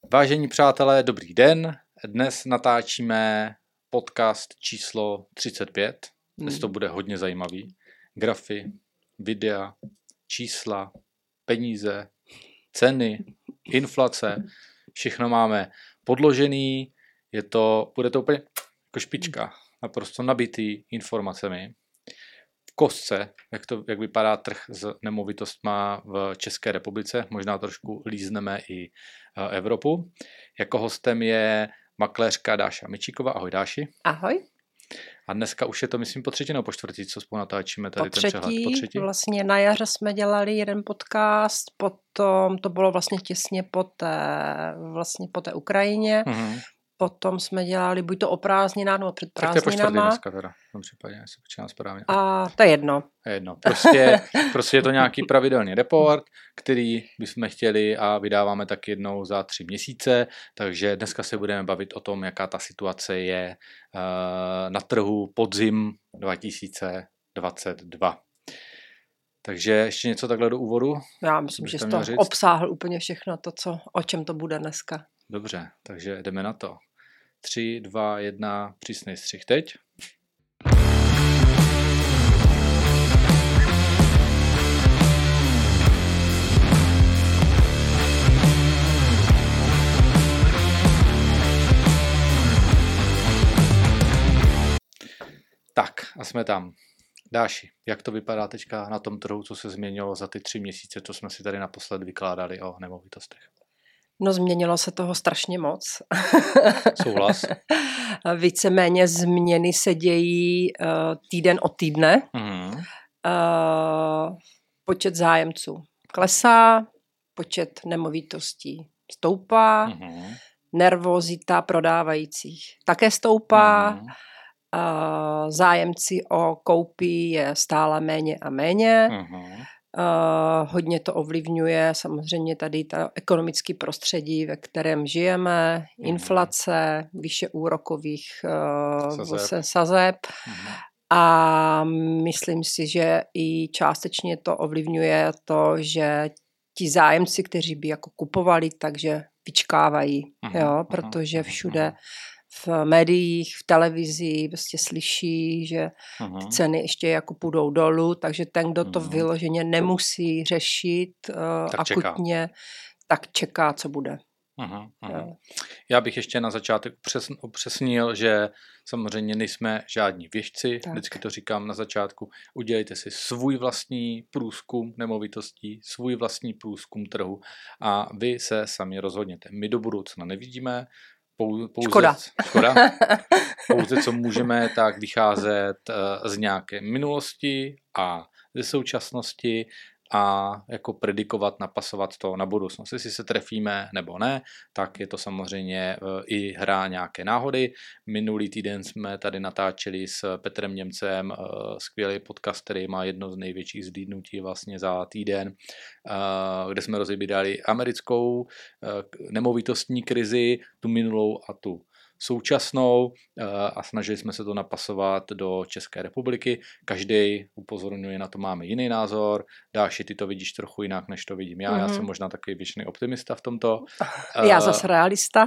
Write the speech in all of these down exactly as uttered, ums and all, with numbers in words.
Vážení přátelé, dobrý den. Dnes natáčíme podcast číslo třicet pět. Dnes Hmm. to bude hodně zajímavý. Grafy, videa, čísla, peníze, ceny, inflace. Všechno máme podložený. Je to, bude to úplně jako špička. Naprosto nabitý informacemi. V kostce, jak, to, jak vypadá trh s nemovitostma v České republice. Možná trošku lízneme i Evropu. Jako hostem je makléřka Dáša Mičíková. Ahoj Dáši. Ahoj. A dneska už je to, myslím, po třetí nebo po čtvrtý, co spolu natáčíme tady po ten třetí, přehled. Po třetí. Vlastně na jaře jsme dělali jeden podcast, potom to bylo vlastně těsně po té, vlastně po té Ukrajině. Mhm. Potom jsme dělali buď to o prázdninách nebo před Tak to je po čtvrtý prázdninama. dneska teda, v tom případě, jestli počínám správně. A to je jedno. Je jedno. Prostě, prostě je to nějaký pravidelný report, který bychom chtěli a vydáváme tak jednou za tři měsíce, takže dneska se budeme bavit o tom, jaká ta situace je uh, na trhu podzim dva tisíce dvacet dva. Takže ještě něco takhle do úvodu? Já myslím, Bych že to jsi měl to říct? obsáhl úplně všechno to, co, o čem to bude dneska. Dobře, takže jdeme na to. tři, dva, jedna, přísnej střih teď. Tak a jsme tam. Dáši, jak to vypadá teďka na tom trhu, co se změnilo za ty tři měsíce, co jsme si tady naposled vykládali o nemovitostech? No změnilo se toho strašně moc. Souhlas. Víceméně změny se dějí uh, týden od týdne. Mhm. Uh, počet zájemců klesá, počet nemovitostí stoupá, Mhm. nervozita prodávajících také stoupá, Mhm. uh, zájemci o koupí je stále méně a méně. Mhm. Uh, hodně to ovlivňuje samozřejmě tady to ekonomické prostředí, ve kterém žijeme, inflace, výše úrokových uh, Sazeb. sazeb. sazeb. Mhm. A myslím si, že i částečně to ovlivňuje to, že ti zájemci, kteří by jako kupovali, takže vyčkávají, Mhm, jo, mhm, protože mhm, všude v médiích, v televizi prostě slyší, že Mhm. ty ceny ještě jako půjdou dolů, takže ten, kdo to Mhm. vyloženě nemusí řešit uh, Tak čeká. akutně, tak čeká, co bude. Aha, aha. Jo. Já bych ještě na začátek upřesn, upřesnil, že samozřejmě nejsme žádní věštci, Tak. vždycky to říkám na začátku, udělejte si svůj vlastní průzkum nemovitostí, svůj vlastní průzkum trhu a vy se sami rozhodněte. My do budoucna nevidíme, pou, pouze, Škoda. škoda, pouze co můžeme, tak vycházet uh, z nějaké minulosti a ze současnosti a jako predikovat, napasovat to na budoucnost. Jestli se trefíme nebo ne, tak je to samozřejmě i hra nějaké náhody. Minulý týden jsme tady natáčeli s Petrem Němcem skvělý podcast, který má jedno z největších zhlídnutí vlastně za týden, kde jsme rozebírali americkou nemovitostní krizi, tu minulou a tu současnou a snažili jsme se to napasovat do České republiky. Každý, upozorňuje, na to máme jiný názor. Dáši, ty to vidíš trochu jinak, než to vidím já. Mm-hmm. Já jsem možná takový věčný optimista v tomto. Já uh, zase realista.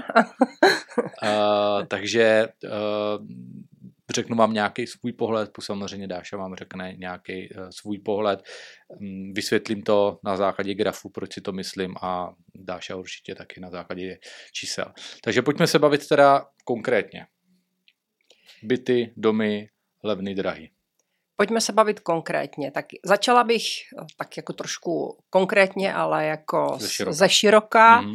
uh, takže uh, řeknu vám nějaký svůj pohled, samozřejmě Dáša vám řekne nějaký uh, svůj pohled. Um, vysvětlím to na základě grafu, proč si to myslím a Dáša určitě taky na základě čísel. Takže pojďme se bavit teda konkrétně. Byty, domy, levný, drahý. Pojďme se bavit konkrétně. Tak začala bych tak jako trošku konkrétně, ale jako Ze široka. ze široka, Mhm. uh,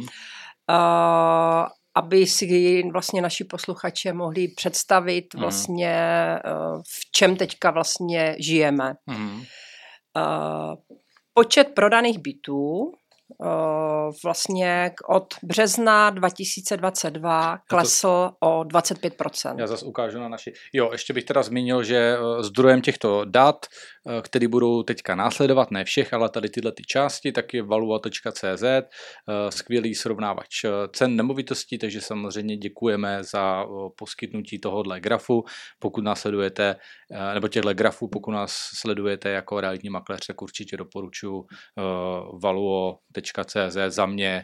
aby si vlastně naši posluchače mohli představit Mhm. vlastně uh, v čem teďka vlastně žijeme. Mhm. Uh, počet prodaných bytů uh, vlastně od března dva tisíce dvacet dva klesl o dvacet pět procent. Já zase ukážu na naši... Jo, ještě bych teda zmínil, že zdrojem těchto dat, které budou teďka následovat, ne všech, ale tady tyhle ty části, tak je valuo tečka cé zet, skvělý srovnávač cen nemovitostí, takže samozřejmě děkujeme za poskytnutí tohohle grafu. Pokud nás sledujete, nebo těchto grafů, pokud nás sledujete jako realitní makléř, tak určitě doporučuji valuo tečka cé zet. Za mě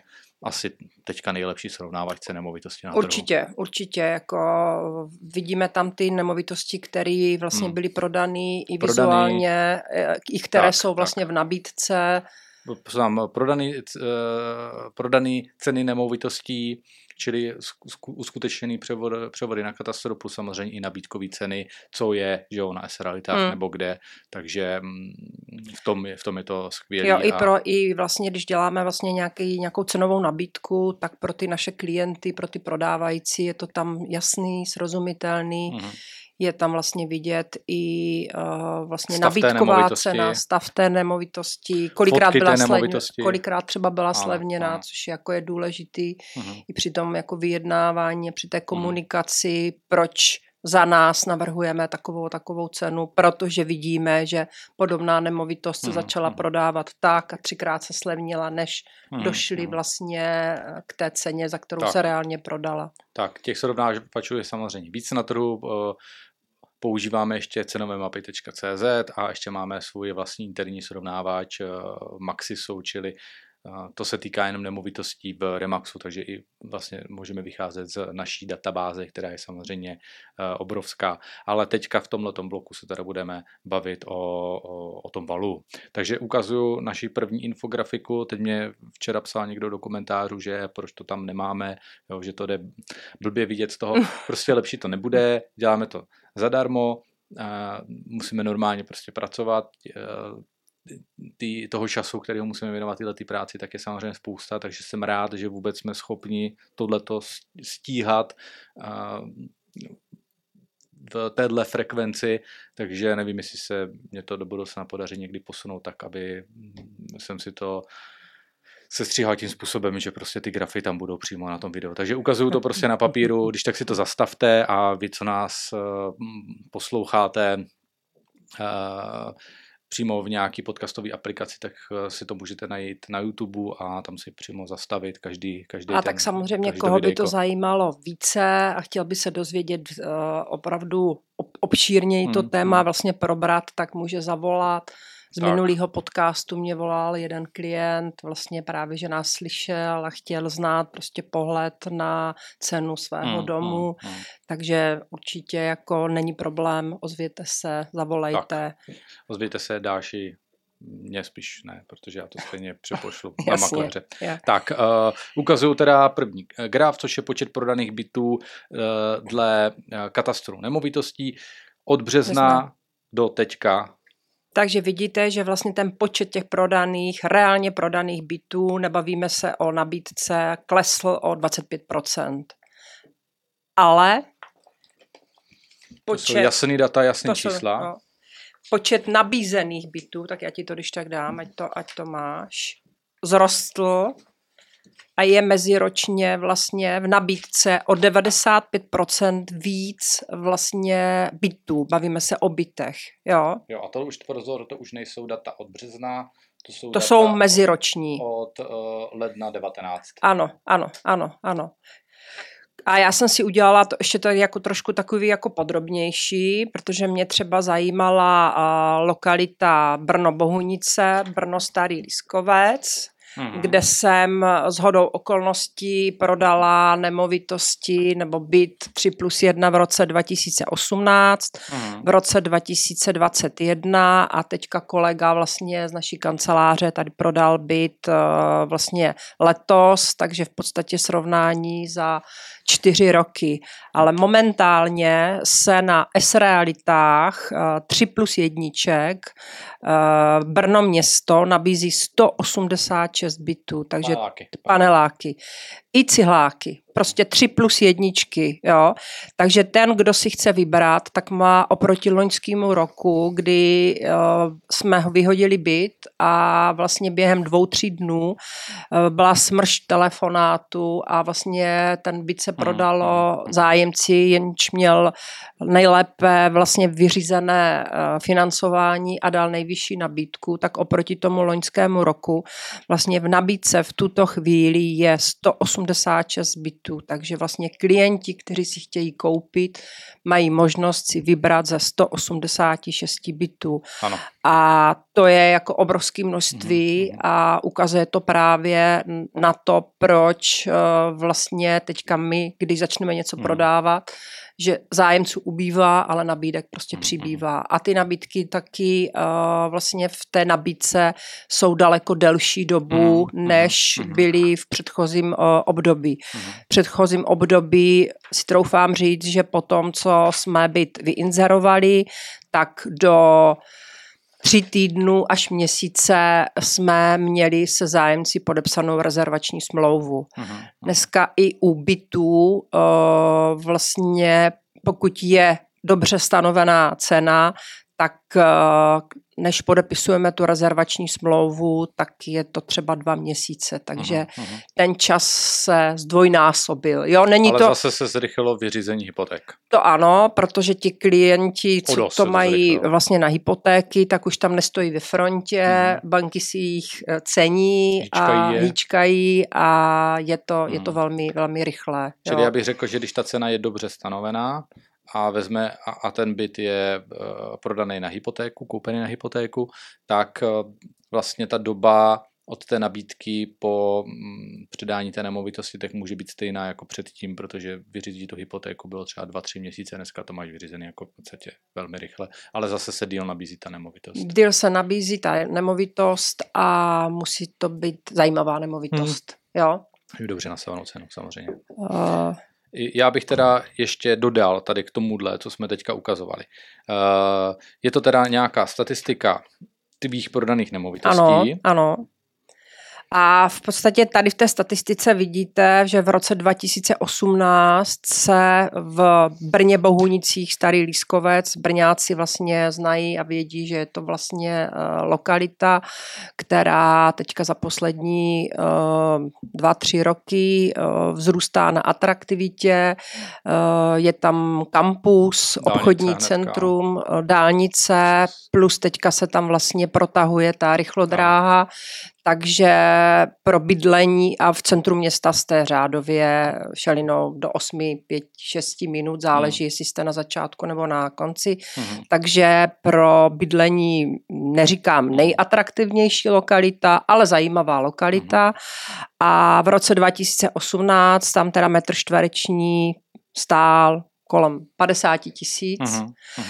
asi teďka nejlepší srovnávač cen nemovitosti na trhu. Určitě, určitě. Jako vidíme tam ty nemovitosti, které vlastně byly prodané i Prodaný, vizuálně, i které tak, jsou vlastně tak. v nabídce. Znám, prodaný, prodaný ceny nemovitostí, čili uskutečněný převod, převody na katastru, plus samozřejmě i nabídkové ceny, co je, že jo, na S-realitách hmm. nebo kde, takže v tom, je, v tom je to skvělé. Jo, i, a... pro, i vlastně, když děláme vlastně nějaký, nějakou cenovou nabídku, tak pro ty naše klienty, pro ty prodávající je to tam jasný, srozumitelný, hmm. je tam vlastně vidět i uh, vlastně stav nabídková cena, stav té nemovitosti, kolikrát, byla slevně, kolikrát třeba byla ano, slevněná, ano. což jako je důležitý uh-huh. i při tom jako vyjednávání, při té komunikaci, uh-huh. proč za nás navrhujeme takovou takovou cenu, protože vidíme, že podobná nemovitost se uh-huh. začala prodávat tak a třikrát se slevnila, než uh-huh. došli vlastně k té ceně, za kterou tak. se reálně prodala. Tak, těch srovnávačů je samozřejmě víc na trhu. Používáme ještě cenové mapy tečka cé zet a ještě máme svůj vlastní interní srovnávač Maxisu, čili to se týká jenom nemovitostí v Remaxu, takže i vlastně můžeme vycházet z naší databáze, která je samozřejmě obrovská. Ale teďka v tomhletom bloku se teda budeme bavit o, o, o tom valu. Takže ukazuju naši první infografiku. Teď mě včera psal někdo do komentářů, že proč to tam nemáme, jo, že to jde blbě vidět z toho. Prostě lepší to nebude, děláme to zadarmo, musíme normálně prostě pracovat. Tý, toho času, kterého musíme věnovat tyhle ty práci, tak je samozřejmě spousta, takže jsem rád, že vůbec jsme schopni tohleto stíhat uh, v téhle frekvenci, takže nevím, jestli se mě to do budoucna podaří někdy posunout tak, aby jsem si to sestříhal tím způsobem, že prostě ty grafy tam budou přímo na tom videu. Takže ukazuju to prostě na papíru, když tak si to zastavte a vy, co nás uh, posloucháte uh, přímo v nějaký podcastové aplikaci, tak si to můžete najít na YouTube a tam si přímo zastavit každý, každý A ten, tak samozřejmě, koho by to zajímalo více a chtěl by se dozvědět uh, opravdu obšírněji to hmm, téma hmm. vlastně probrat, tak může zavolat. Z tak. minulého podcastu mě volal jeden klient, vlastně právě, že nás slyšel a chtěl znát prostě pohled na cenu svého hmm, domu, hmm, hmm. takže určitě jako není problém, ozvěte se, zavolejte. Tak. Ozvěte se, další, mě spíš ne, protože já to stejně přepošlu na makléře. Tak, uh, ukazuju teda první graf, což je počet prodaných bytů uh, dle uh, katastru nemovitostí od března Března. do teďka. Takže vidíte, že vlastně ten počet těch prodaných, reálně prodaných bytů, nebavíme se o nabídce, klesl o dvacet pět procent. Ale počet... To jsou jasný data, jasný to čísla. Jsou, no, počet nabízených bytů, tak já ti to když tak dám, ať to, ať to máš, zrostl a je meziročně vlastně v nabídce o devadesát pět procent víc vlastně bytů. Bavíme se o bytech, jo. Jo, a to už pozor, to už nejsou data od března, to jsou to jsou meziroční. Od uh, ledna devatenáct. Ano, ano, ano, ano. A já jsem si udělala to ještě to jako trošku takový jako podrobnější, protože mě třeba zajímala uh, lokalita Brno-Bohunice, Brno-Starý Lískovec, hmm. kde jsem shodou okolností prodala nemovitosti nebo byt tři plus jedna v roce dva tisíce osmnáct, hmm. v roce dva tisíce dvacet jedna a teďka kolega vlastně z naší kanceláře tady prodal byt uh, vlastně letos, takže v podstatě srovnání za čtyři roky, ale momentálně se na S-realitách uh, tři plus jedniček uh, Brno město nabízí sto osmdesát šest bytů, takže paneláky, paneláky i cihláky, prostě tři plus jedničky, jo. Takže ten, kdo si chce vybrat, tak má oproti loňskému roku, kdy uh, jsme ho vyhodili byt a vlastně během dvou, tří dnů uh, byla smršť telefonátu a vlastně ten byt se prodalo zájemci, jenž měl nejlépe vlastně vyřízené uh, financování a dal nejvyšší nabídku, tak oproti tomu loňskému roku vlastně v nabídce v tuto chvíli je sto osmdesát šest bytů, takže vlastně klienti, kteří si chtějí koupit, mají možnost si vybrat ze sto osmdesát šest bytů. Ano. A to je jako obrovské množství mm. a ukazuje to právě na to, proč vlastně teďka my, když začneme něco mm. prodávat, že zájemců ubývá, ale nabídek prostě přibývá. A ty nabídky taky uh, vlastně v té nabídce jsou daleko delší dobu, než byly v předchozím uh, období. V předchozím období si troufám říct, že po tom, co jsme byt vyinzerovali, tak do tři týdnů až měsíce jsme měli se zájemci podepsanou rezervační smlouvu. Aha. Dneska i u bytů uh, vlastně, pokud je dobře stanovená cena, tak uh, než podepisujeme tu rezervační smlouvu, tak je to třeba dva měsíce, takže aha, aha. ten čas se zdvojnásobil. Jo, není Ale to... zase se zrychlilo vyřízení hypoték. To ano, protože ti klienti, co Udos to mají zrychlilo. Vlastně na hypotéky, tak už tam nestojí ve frontě, aha. banky si jich cení hýčkají a je. hýčkají a je to, je to velmi, velmi rychlé. Čili jo. já bych řekl, že když ta cena je dobře stanovená, a vezme a, a ten byt je uh, prodaný na hypotéku, koupený na hypotéku, tak uh, vlastně ta doba od té nabídky po mm, předání té nemovitosti tak může být stejná jako předtím, protože vyřídit tu hypotéku bylo třeba dva tři měsíce, dneska to máš vyřízený jako v podstatě velmi rychle, ale zase se deal nabízí ta nemovitost. Deal se nabízí ta nemovitost a musí to být zajímavá nemovitost. Hmm. Jo? Dobře nastavenou cenu samozřejmě. Uh... Já bych teda ještě dodal tady k tomuhle, co jsme teďka ukazovali. Je to teda nějaká statistika tvých prodaných nemovitostí? Ano, ano. A v podstatě tady v té statistice vidíte, že v roce dva tisíce osmnáct se v Brně Bohunicích, Starý Lískovec, Brňáci vlastně znají a vědí, že je to vlastně uh, lokalita, která teďka za poslední uh, dva, tři roky uh, vzrůstá na atraktivitě. Uh, je tam kampus, dálnice, obchodní hnedka. centrum, uh, dálnice, plus teďka se tam vlastně protahuje ta rychlodráha. Takže pro bydlení a v centru města jste řádově šelinou do osmi, pět, šesti minut, záleží, mm. jestli jste na začátku nebo na konci. Mm. Takže pro bydlení neříkám nejatraktivnější lokalita, ale zajímavá lokalita. Mm. A v roce dva tisíce osmnáct tam teda metr čtvereční stál kolem padesát tisíc. Mm.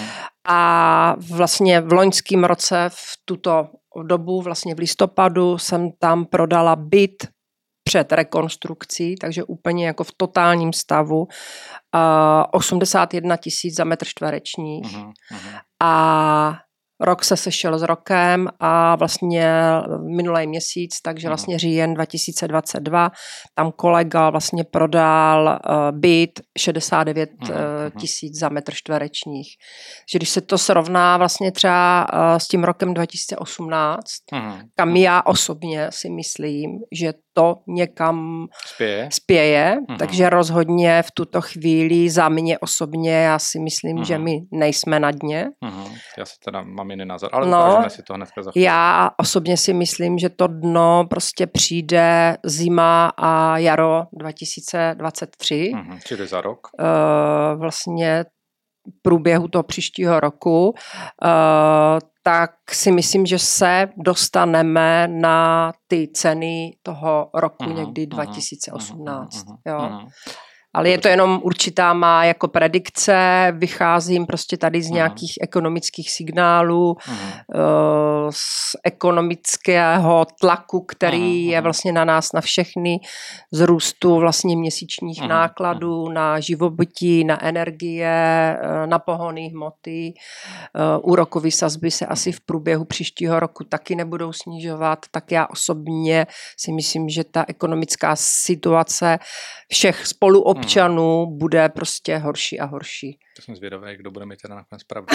A vlastně v loňském roce v tuto dobu, vlastně v listopadu, jsem tam prodala byt před rekonstrukcí, takže úplně jako v totálním stavu, uh, osmdesát jedna tisíc za metr čtvereční. Uh-huh, uh-huh. A rok se sešel s rokem a vlastně minulý měsíc, takže vlastně říjen dva tisíce dvacet dva, tam kolega vlastně prodal uh, byt šedesát devět tisíc za metr čtverečních. Že když se to srovná vlastně třeba uh, s tím rokem dva tisíce osmnáct, uh-huh. kam já osobně si myslím, že to někam spěje, spěje uh-huh. takže rozhodně v tuto chvíli za mě osobně já si myslím, uh-huh. že my nejsme na dně. Uh-huh. Já se teda mám jiný názor, ale no, ukážeme si to hnedka za chvíli. Já osobně si myslím, že to dno prostě přijde zima a jaro dva tisíce dvacet tři. Uh-huh. Čili za rok. Uh, vlastně v průběhu toho příštího roku. Uh, tak si myslím, že se dostaneme na ty ceny toho roku uh-huh, někdy dva tisíce osmnáct. Uh-huh, jo. Uh-huh. Ale je to jenom určitá má jako predikce, vycházím prostě tady z nějakých uh-huh. ekonomických signálů, uh-huh. z ekonomického tlaku, který uh-huh. je vlastně na nás, na všechny, z růstu vlastně měsíčních uh-huh. nákladů, na živobytí, na energie, na pohonné hmoty. Úrokové sazby se asi v průběhu příštího roku taky nebudou snižovat, tak já osobně si myslím, že ta ekonomická situace všech spoluobčanů občanů bude prostě horší a horší. To jsem zvědavý, kdo bude mít teda nakonec pravdu.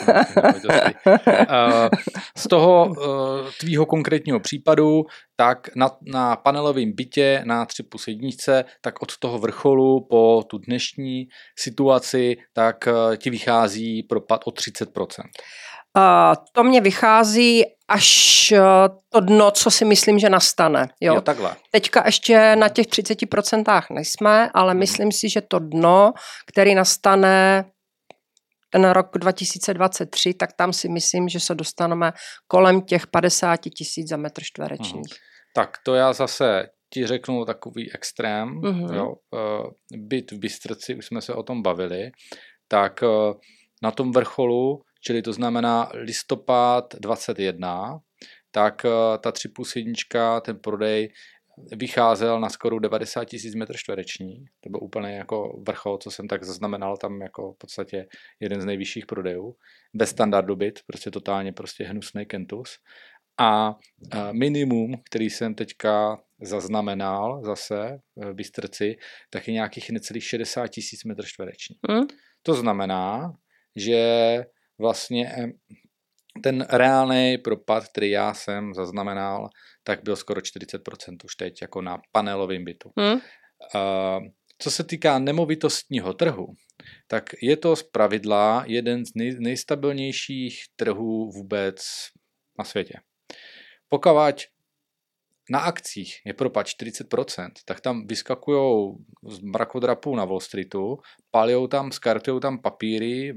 Z toho tvýho konkrétního případu, tak na, na panelovém bytě na tři plus jedničce, tak od toho vrcholu po tu dnešní situaci, tak ti vychází propad o třicet procent. Uh, to mě vychází až uh, to dno, co si myslím, že nastane. Jo? Jo, takhle. Teďka ještě na těch třicet procent nejsme, ale hmm. myslím si, že to dno, který nastane ten rok dva tisíce dvacet tři, tak tam si myslím, že se dostaneme kolem těch padesát tisíc za metr čtvereční. Hmm. Tak to já zase ti řeknu takový extrém. Mm-hmm. Jo. Byt v Bystrci, už jsme se o tom bavili, tak na tom vrcholu, čili to znamená listopad dvacet jedna, tak ta tři plus jednička, ten prodej vycházel na skoro devadesát tisíc metr čtvereční. To byl úplně jako vrchol, co jsem tak zaznamenal, tam jako v podstatě jeden z nejvyšších prodejů. Bez standardu byt, prostě totálně prostě hnusný kentus. A minimum, který jsem teďka zaznamenal zase v Bystrci, tak je nějakých necelých šedesát tisíc metr čtvereční. Hmm? To znamená, že vlastně ten reálný propad, který já jsem zaznamenal, tak byl skoro čtyřicet procent už teď jako na panelovém bytu. Hmm? Co se týká nemovitostního trhu, tak je to zpravidla jeden z nej, nejstabilnějších trhů vůbec na světě. Pokud na akcích je propad čtyřicet procent, tak tam vyskakujou z mrakodrapů na Wall Streetu, palijou tam, skartujou tam papíry,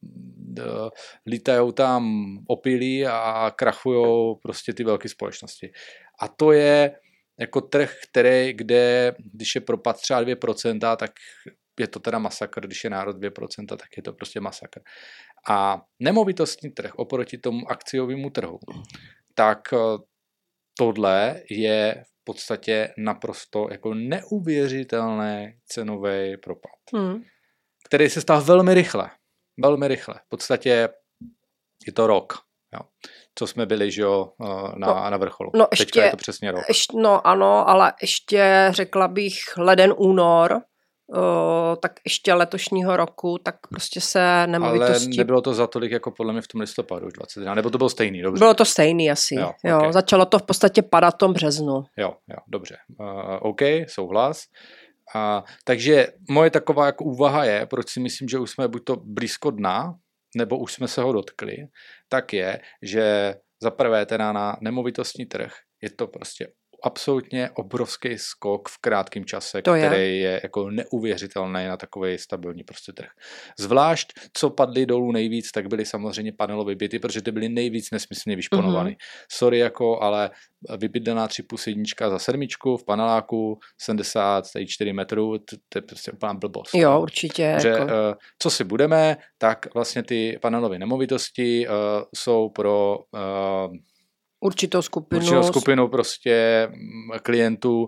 lítajou tam opilí a krachujou prostě ty velké společnosti. A to je jako trh, který, kde, když je propad třeba dvě procenta, tak je to teda masakr, když je národ dvě procenta, tak je to prostě masakr. A nemovitostní trh oproti tomu akciovému trhu, tak tohle je v podstatě naprosto jako neuvěřitelný cenový propad, hmm. který se stal velmi rychle. Velmi rychle. V podstatě je to rok, jo, co jsme byli, že jo, na, no, na vrcholu. No Teďka ještě, je to přesně rok. Ještě, no ano, ale ještě řekla bych leden, únor, Uh, tak ještě letošního roku, tak prostě se nemovitosti... Ale nebylo to za tolik jako podle mě v tom listopadu už dvacet jedna, nebo to bylo stejný, dobře? Bylo to stejný asi, jo, jo okay. Začalo to v podstatě padat v tom březnu. Jo, jo, dobře, uh, OK, souhlas. Uh, takže moje taková jako úvaha je, proč si myslím, že už jsme buď to blízko dna, nebo už jsme se ho dotkli, tak je, že za prvé teda na nemovitostní trh je to prostě absolutně obrovský skok v krátkém čase, to který je. je jako neuvěřitelný na takový stabilní prostě trh. Zvlášť, co padly dolů nejvíc, tak byly samozřejmě panelové byty, protože ty byly nejvíc nesmyslně vyšponovaný. Mm-hmm. Sorry, jako, ale vybydlená tři plus jednička za sedmičku v paneláku sedmdesát čtyři metrů, to, to je prostě úplná blbost. Jo, určitě. Že, jako... uh, co si budeme, tak vlastně ty panelové nemovitosti uh, jsou pro... Uh, Určitou skupinu. Určitou skupinu prostě klientů,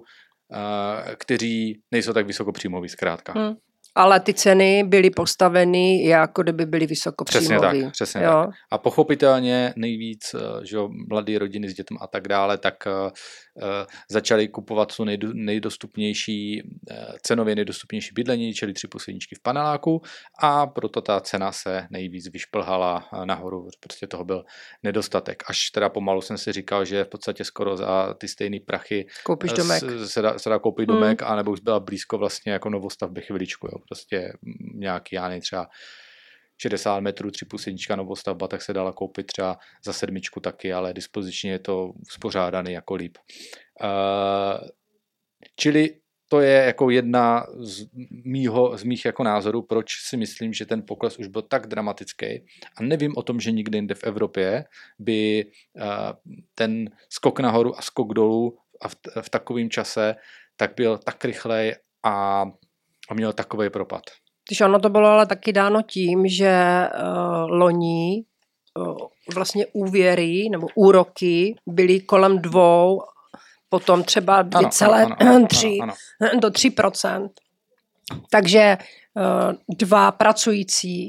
kteří nejsou tak vysokopříjmoví zkrátka. Hmm. Ale ty ceny byly postaveny, jako kdyby byly vysokopříjmový. Přesně tak, přesně jo. tak. A pochopitelně nejvíc, že mladé rodiny s dětmi a tak dále, tak uh, začaly kupovat tu nejdo, nejdostupnější, uh, cenově nejdostupnější bydlení, čili tři plus jedničky v paneláku, a proto ta cena se nejvíc vyšplhala nahoru, prostě toho byl nedostatek. Až teda pomalu jsem si říkal, že v podstatě skoro za ty stejné prachy koupíš domek. Se dá, se dá koupit hmm. domek, anebo už byla blízko vlastně jako novostavby chviličku, jo. Prostě nějaký, já nevím, třeba šedesát metrů, tři plus jednička novostavba, tak se dala koupit třeba za sedmičku taky, ale dispozičně je to uspořádaný jako líp. Uh, čili to je jako jedna z, mýho, z mých jako názorů, proč si myslím, že ten pokles už byl tak dramatický, a nevím o tom, že nikde jinde v Evropě by uh, ten skok nahoru a skok dolů a v, v takovém čase tak byl tak rychlej a A měl takový propad. Když ono to bylo ale taky dáno tím, že uh, loni uh, vlastně úvěry nebo úroky byly kolem dvou, potom třeba dvě celé tři do tři procent. Takže uh, dva pracující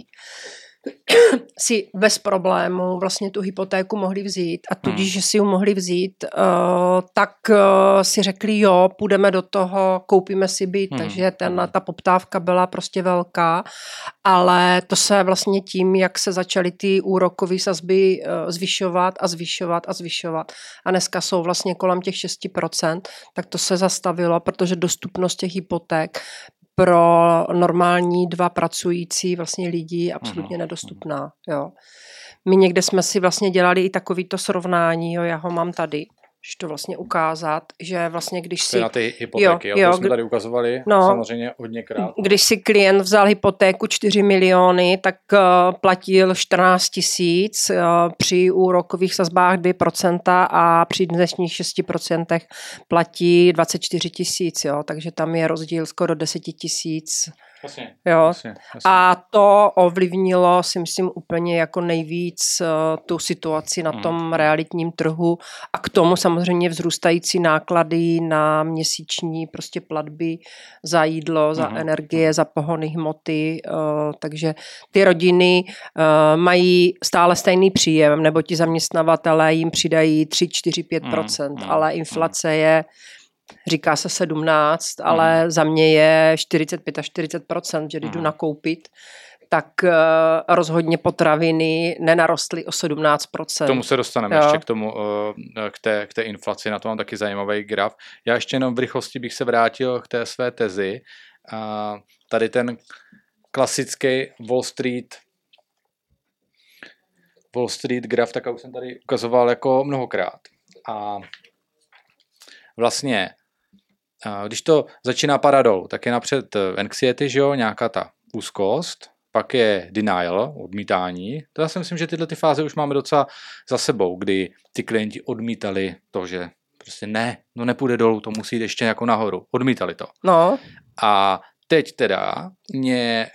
si bez problému vlastně tu hypotéku mohli vzít, a tudíž, že si ji mohli vzít, uh, tak uh, si řekli, jo, půjdeme do toho, koupíme si byt, hmm. takže ten, ta poptávka byla prostě velká, ale to se vlastně tím, jak se začaly ty úrokové sazby uh, zvyšovat a zvyšovat a zvyšovat, a dneska jsou vlastně kolem těch šest procent, tak to se zastavilo, protože dostupnost těch hypoték pro normální dva pracující vlastně lidi je absolutně nedostupná. Jo. My někde jsme si vlastně dělali i takovýto srovnání, jo, já ho mám tady, Můžeš to vlastně ukázat, že vlastně když si... To je na ty hypotéky, jo, jo, jo, to jsme tady ukazovali no, samozřejmě hodněkrát. Když si klient vzal hypotéku čtyři miliony, tak uh, platil čtrnáct tisíc, uh, při úrokových sazbách dvě procenta a při dnešních šesti procentech platí dvacet čtyři tisíc, jo, takže tam je rozdíl skoro deset tisíc. Jasně, jo. Jasně, jasně. A to ovlivnilo, si myslím, úplně jako nejvíc uh, tu situaci na tom mm. realitním trhu a k tomu samozřejmě vzrůstající náklady na měsíční prostě platby za jídlo, za mm. energie, za pohonné hmoty, uh, takže ty rodiny uh, mají stále stejný příjem, nebo ti zaměstnavatelé jim přidají tři, čtyři, pět procent, mm. ale inflace mm. je říká se sedmnáct, ale hmm. za mě je čtyřicet pět až čtyřicet procent, že když jdu nakoupit, tak uh, rozhodně potraviny nenarostly o sedmnáct procent. K tomu se dostaneme jo. ještě k tomu, uh, k té, k té inflaci, na to mám taky zajímavý graf. Já ještě jenom v rychlosti bych se vrátil k té své tezi. Uh, tady ten klasický Wall Street Wall Street graf, tak už jsem tady ukazoval jako mnohokrát. A vlastně, když to začíná paradou, tak je napřed anxiety, že jo, nějaká ta úzkost, pak je denial, odmítání. To já si myslím, že tyhle ty fáze už máme docela za sebou, kdy ty klienti odmítali to, že prostě ne, no nepůjde dolů, to musí jít ještě jako nahoru. Odmítali to. No. A teď teda mě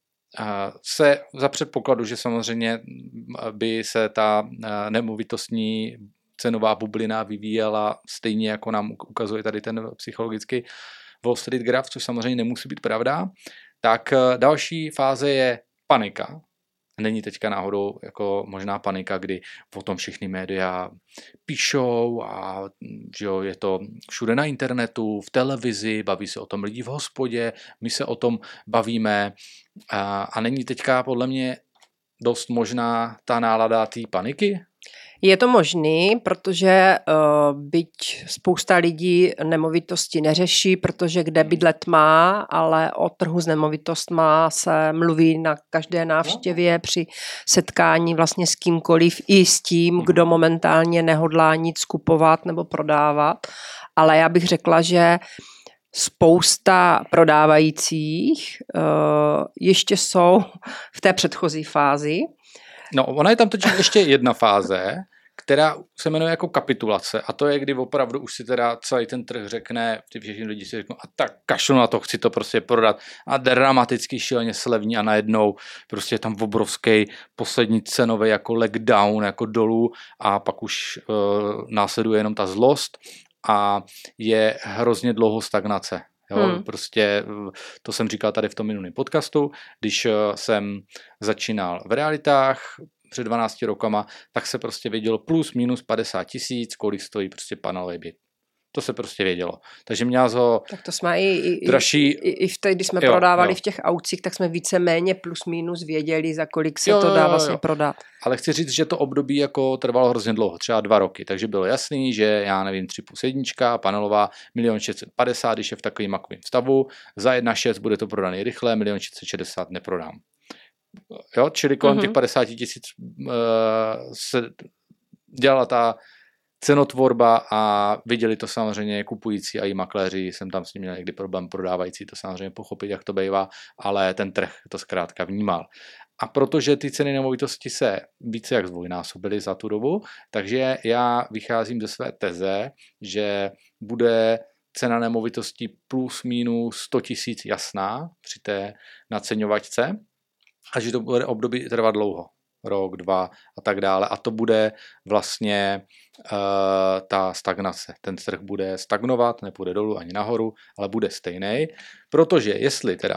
se za předpokladu, že samozřejmě by se ta nemovitostní cenová bublina vyvíjela stejně, jako nám ukazuje tady ten psychologický Wall Street graf, což samozřejmě nemusí být pravda, tak další fáze je panika. Není teďka náhodou jako možná panika, kdy o tom všechny média píšou a že jo, je to všude na internetu, v televizi, baví se o tom lidi v hospodě, my se o tom bavíme a, a není teďka podle mě dost možná ta nálada té paniky? Je to možný, protože uh, byť spousta lidí nemovitosti neřeší, protože kde bydlet má, ale o trhu s nemovitostma se mluví na každé návštěvě při setkání vlastně s kýmkoliv i s tím, kdo momentálně nehodlá nic kupovat nebo prodávat. Ale já bych řekla, že spousta prodávajících uh, ještě jsou v té předchozí fázi. No, ona je tam teď ještě jedna fáze, která se jmenuje jako kapitulace a to je, kdy opravdu už si teda celý ten trh řekne, ty všichni lidi si řeknou a tak kašlu na to, chci to prostě prodat a dramaticky šíleně slevní a najednou prostě je tam obrovský poslední cenový jako leg down, jako dolů a pak už uh, následuje jenom ta zlost a je hrozně dlouho stagnace. Jo, hmm. Prostě to jsem říkal tady v tom minulém podcastu, když jsem začínal v realitách před dvanácti rokama, tak se prostě vědělo plus minus padesát tisíc, kolik stojí prostě panelový byt. To se prostě vědělo. Takže měla ho tak to jsme i, i, dražší... i, i v té, když jsme jo, prodávali jo. v těch aukcích, tak jsme víceméně plus minus věděli, za kolik se jo, to dá vlastně jo. prodat. Ale chci říct, že to období jako trvalo hrozně dlouho, třeba dva roky, takže bylo jasný, že já nevím, tři plus jednička, panelová, milion šestset padesát, když je v takovým makovým stavu, za jedna šest bude to prodaný rychle, milion šestset šedesát neprodám. Jo, čili kolem mm-hmm. těch padesát tisíc uh, se dělala ta cenotvorba a viděli to samozřejmě kupující a i makléři, jsem tam s nimi měl někdy problém, prodávající to samozřejmě pochopit, jak to bývá, ale ten trh to zkrátka vnímal. A protože ty ceny nemovitosti se více jak zdvojnásobily za tu dobu, takže já vycházím ze své teze, že bude cena nemovitostí plus minus sto tisíc jasná při té naceňovačce a že to bude období trvat dlouho. Rok, dva a tak dále. A to bude vlastně uh, ta stagnace. Ten trh bude stagnovat, nepůjde dolů ani nahoru, ale bude stejný, protože jestli teda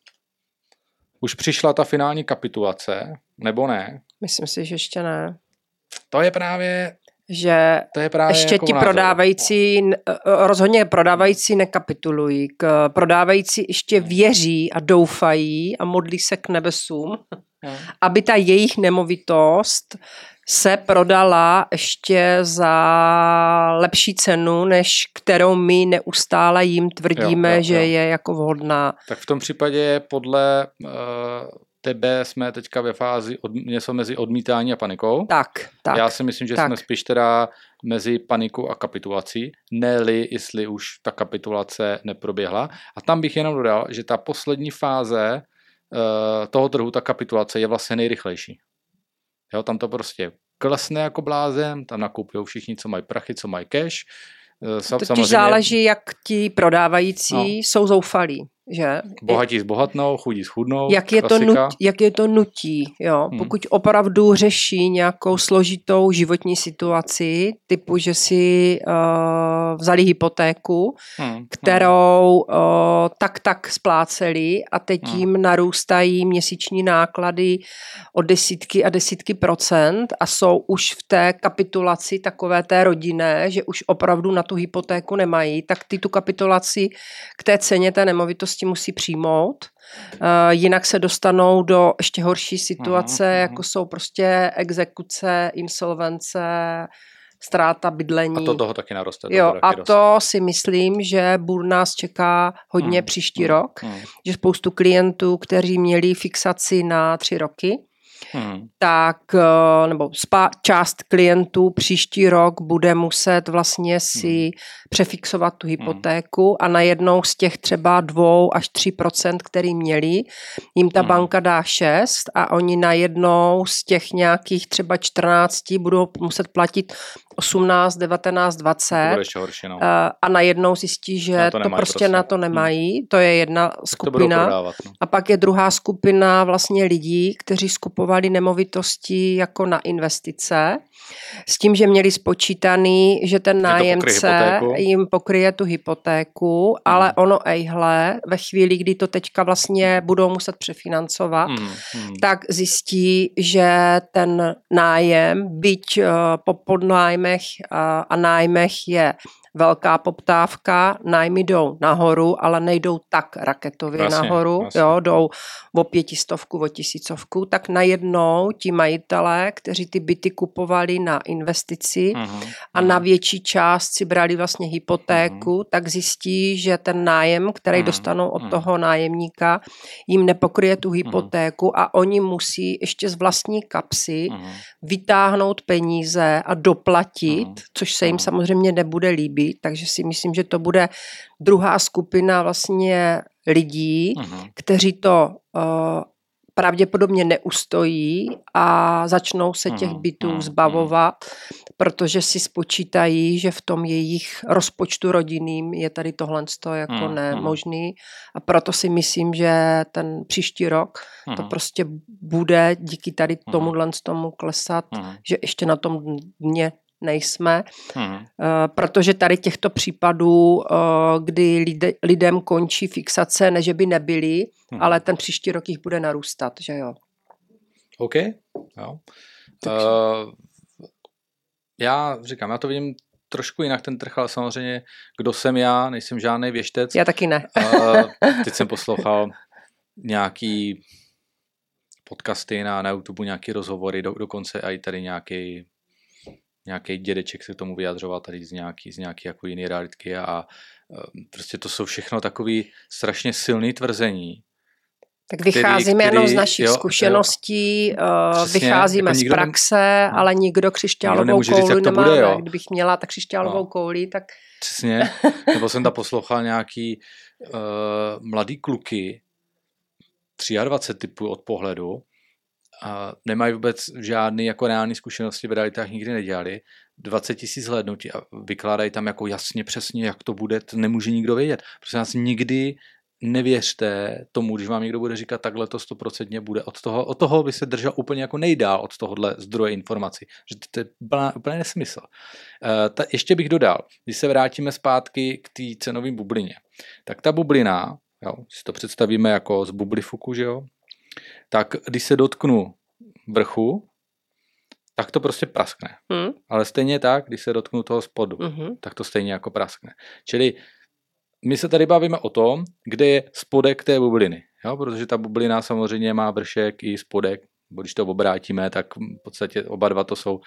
už přišla ta finální kapitulace, nebo ne? Myslím si, že ještě ne. To je právě... že to je právě ještě jako ti názor. prodávající, rozhodně prodávající nekapitulují, k prodávající ještě věří a doufají a modlí se k nebesům, hmm. aby ta jejich nemovitost se prodala ještě za lepší cenu, než kterou my neustále jim tvrdíme, jo, jo, že jo. je jako vhodná. Tak v tom případě podle uh, tebe jsme teďka ve fázi od, něco mezi odmítání a panikou. Tak, tak. Já si myslím, že tak. jsme spíš teda mezi panikou a kapitulací, ne-li, jestli už ta kapitulace neproběhla. A tam bych jenom dodal, že ta poslední fáze uh, toho trhu, ta kapitulace je vlastně nejrychlejší. Jo, tam to prostě klesne jako blázen, tam nakupují všichni, co mají prachy, co mají cash. Totiž samozřejmě záleží, jak ti prodávající no. jsou zoufalí, že? Bohatí zbohatnou, chudí schudnou. Jak je, to nut, jak je to nutí, jo? Hmm. Pokud opravdu řeší nějakou složitou životní situaci, typu, že si uh, vzali hypotéku, hmm. kterou uh, tak tak spláceli a teď hmm. jim narůstají měsíční náklady o desítky a desítky procent a jsou už v té kapitulaci takové té rodinné, že už opravdu na tu hypotéku nemají, tak ty tu kapitulaci k té ceně té nemovitosti musí přijmout, uh, jinak se dostanou do ještě horší situace, aha, aha. jako jsou prostě exekuce, insolvence, ztráta bydlení. A to toho taky naroste. To jo, taky a roste. to si myslím, že bur nás čeká hodně hmm, příští hmm, rok, hmm. že spoustu klientů, kteří měli fixaci na tři roky, Hmm. tak nebo spa, část klientů příští rok bude muset vlastně si hmm. přefixovat tu hypotéku hmm. a najednou z těch třeba dvou až tři procent, který měli, jim ta hmm. banka dá šest a oni najednou z těch nějakých třeba čtrnácti budou muset platit osmnáct, devatenáct, dvacet to bude ještě horší, no. a najednou zjistí, že to, to prostě, prostě na to nemají. Hmm. To je jedna skupina. Prodávat, no. A pak je druhá skupina vlastně lidí, kteří skupovali nemovitosti jako na investice, s tím, že měli spočítaný, že ten nájemce jim pokryje tu hypotéku, hmm. ale ono ejhle, ve chvíli, kdy to teďka vlastně budou muset přefinancovat, hmm. Hmm. tak zjistí, že ten nájem, byť uh, po podnájmech uh, a nájmech je velká poptávka, nájmy jdou nahoru, ale nejdou tak raketově vlastně, nahoru, vlastně. Jo, jdou o pětistovku, o tisícovku, tak najednou ti majitelé, kteří ty byty kupovali na investici uh-huh, a uh-huh. na větší část si brali vlastně hypotéku, uh-huh. tak zjistí, že ten nájem, který uh-huh. dostanou od uh-huh. toho nájemníka, jim nepokryje tu hypotéku uh-huh. a oni musí ještě z vlastní kapsy uh-huh. vytáhnout peníze a doplatit, uh-huh. což se jim uh-huh. samozřejmě nebude líbit. Takže si myslím, že to bude druhá skupina vlastně lidí, uh-huh. kteří to uh, pravděpodobně neustojí a začnou se těch bytů uh-huh. zbavovat, protože si spočítají, že v tom jejich rozpočtu rodinným je tady tohle jako uh-huh. nemožný a proto si myslím, že ten příští rok uh-huh. to prostě bude díky tady tomuhle tomu klesat, uh-huh. že ještě na tom dně nejsme, hmm. uh, protože tady těchto případů, uh, kdy lide, lidem končí fixace, ne že by nebyly, hmm. ale ten příští rok jich bude narůstat, že jo. OK. Jo. Uh, já říkám, já to vidím trošku jinak ten trh, ale samozřejmě, kdo jsem já, nejsem žádný věštec. Já taky ne. uh, teď jsem poslouchal nějaký podcasty na, na YouTube, nějaký rozhovory, do, dokonce i tady nějaký nějaký dědeček se k tomu vyjadřoval tady z nějaký, z nějaký jako jiný realitky a, a prostě to jsou všechno takový strašně silný tvrzení. Tak vycházíme který, jenom z našich jo, zkušeností, jo. Přesně, vycházíme jako z praxe, no. ale nikdo křišťálovou kouli nemáme. Bude, Kdybych měla tak křišťálovou no. kouli, tak... Přesně, nebo jsem tam poslouchal nějaký uh, mladý kluky, dvacet tři typů od pohledu, a nemají vůbec žádný jako reální zkušenosti, v realitách nikdy nedělali, dvacet tisíc hlédnutí a vykládají tam jako jasně přesně, jak to bude, to nemůže nikdo vědět. Prostě nás nikdy nevěřte tomu, když vám někdo bude říkat, takhle to stoprocentně bude. Od toho, od toho by se držel úplně jako nejdál od tohohle zdroje informací. Že to je úplně nesmysl. E, ta, ještě bych dodal, když se vrátíme zpátky k té cenové bublině, tak ta bublina, jo, si to představíme jako z bublifuku, že jo, tak když se dotknu vrchu, tak to prostě praskne. Hmm. Ale stejně tak, když se dotknu toho spodu, hmm. tak to stejně jako praskne. Čili my se tady bavíme o tom, kde je spodek té bubliny. Jo? Protože ta bublina samozřejmě má vršek i spodek. Bo když to obrátíme, tak v podstatě oba dva to jsou uh,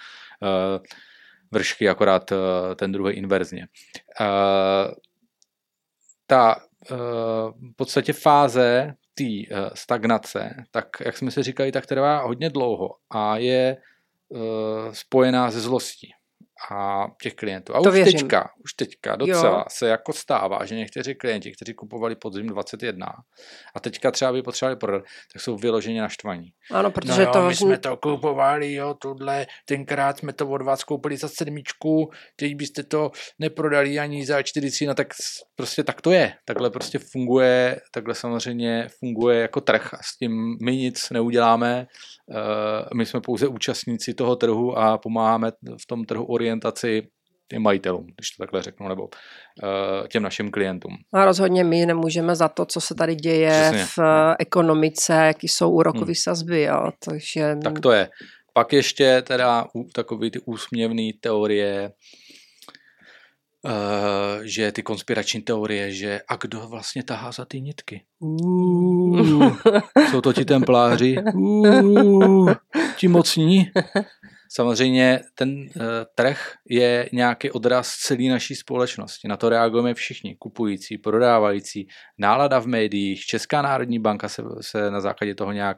vršky, akorát uh, ten druhý inverzně. Uh, ta uh, v podstatě fáze té uh, stagnace, tak jak jsme si říkali, tak trvá hodně dlouho a je uh, spojená se zlostí a těch klientů. A to už věřím. teďka, už teďka docela jo. se jako stává, že někteří klienti, kteří kupovali podzim dvacet jedna a teďka třeba by potřebovali prodat, tak jsou vyloženě naštvaní. Ano, protože no jo, to... my jsme to kupovali, jo, tohle, tenkrát jsme to od vás koupili za sedmičku, teď byste to neprodali ani za čtyřicet, no tak prostě tak to je. Takhle prostě funguje, takhle samozřejmě funguje jako trh a s tím my nic neuděláme. My jsme pouze účastníci toho trhu a pomáháme v tom trhu orientaci těm majitelům, když to takhle řeknu, nebo těm našim klientům. A rozhodně my nemůžeme za to, co se tady děje Přesně. v ekonomice, jaký jsou úrokové hmm. sazby. Jo. Takže... Tak to je. Pak ještě teda takový ty úsměvný teorie, Uh, že ty konspirační teorie, že a kdo vlastně tahá za ty nitky? Uh, jsou to ti templáři? Uh, ti mocní? Samozřejmě ten uh, trh je nějaký odraz celé naší společnosti. Na to reagujeme všichni, kupující, prodávající, nálada v médiích, Česká národní banka se, se na základě toho nějak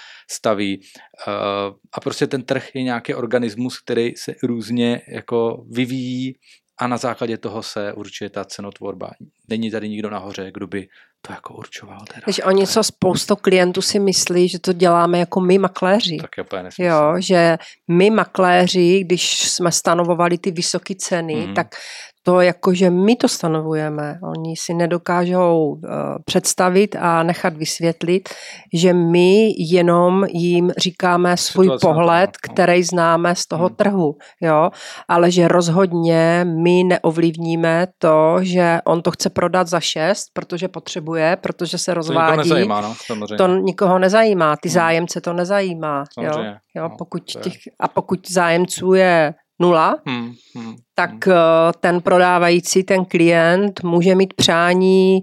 staví. Uh, a prostě ten trh je nějaký organismus, který se různě jako vyvíjí a na základě toho se určuje ta cenotvorba. Není tady nikdo nahoře, kdo by to jako určoval. Teda. Takže oni, co spoustu klientů si myslí, že to děláme jako my makléři. Tak je úplně nesmysl. Jo, že my makléři, když jsme stanovovali ty vysoké ceny, mm. tak to jako, že my to stanovujeme. Oni si nedokážou uh, představit a nechat vysvětlit, že my jenom jim říkáme svůj Situace pohled, no. který známe z toho hmm. trhu. Jo? Ale že rozhodně my neovlivníme to, že on to chce prodat za šest, protože potřebuje, protože se rozvádí. To nikoho nezajímá, no, samozřejmě. To nikoho nezajímá, ty hmm. zájemce to nezajímá. Jo? Jo? No, pokud těch, a pokud zájemců je nula, hmm, hmm, tak hmm. ten prodávající, ten klient může mít přání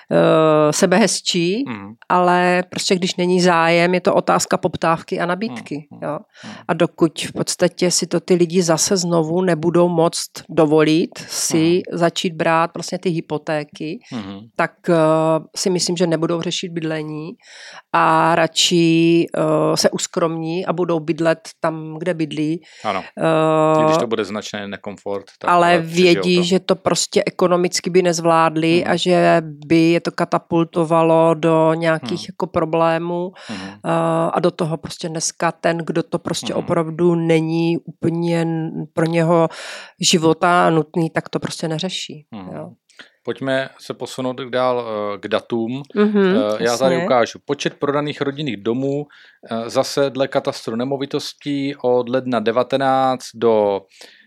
uh, sebehezčí, hmm. ale prostě když není zájem, je to otázka poptávky a nabídky. Hmm. Jo? A dokud v podstatě si to ty lidi zase znovu nebudou moct dovolit si hmm. začít brát prostě ty hypotéky, hmm. tak uh, si myslím, že nebudou řešit bydlení a radši uh, se uskromní a budou bydlet tam, kde bydlí. Ano. Uh, Když to bude značný nekomfort. Tak ale vědí, to. že to prostě ekonomicky by nezvládli hmm. a že by je to katapultovalo do nějakých hmm. jako problémů hmm. uh, a do toho prostě dneska ten, kdo to prostě hmm. opravdu není úplně pro něho života nutný, tak to prostě neřeší. Hmm. Jo. Pojďme se posunout dál k datům. Mm-hmm, Já tady ukážu počet prodaných rodinných domů zase dle katastru nemovitostí od ledna devatenáct do,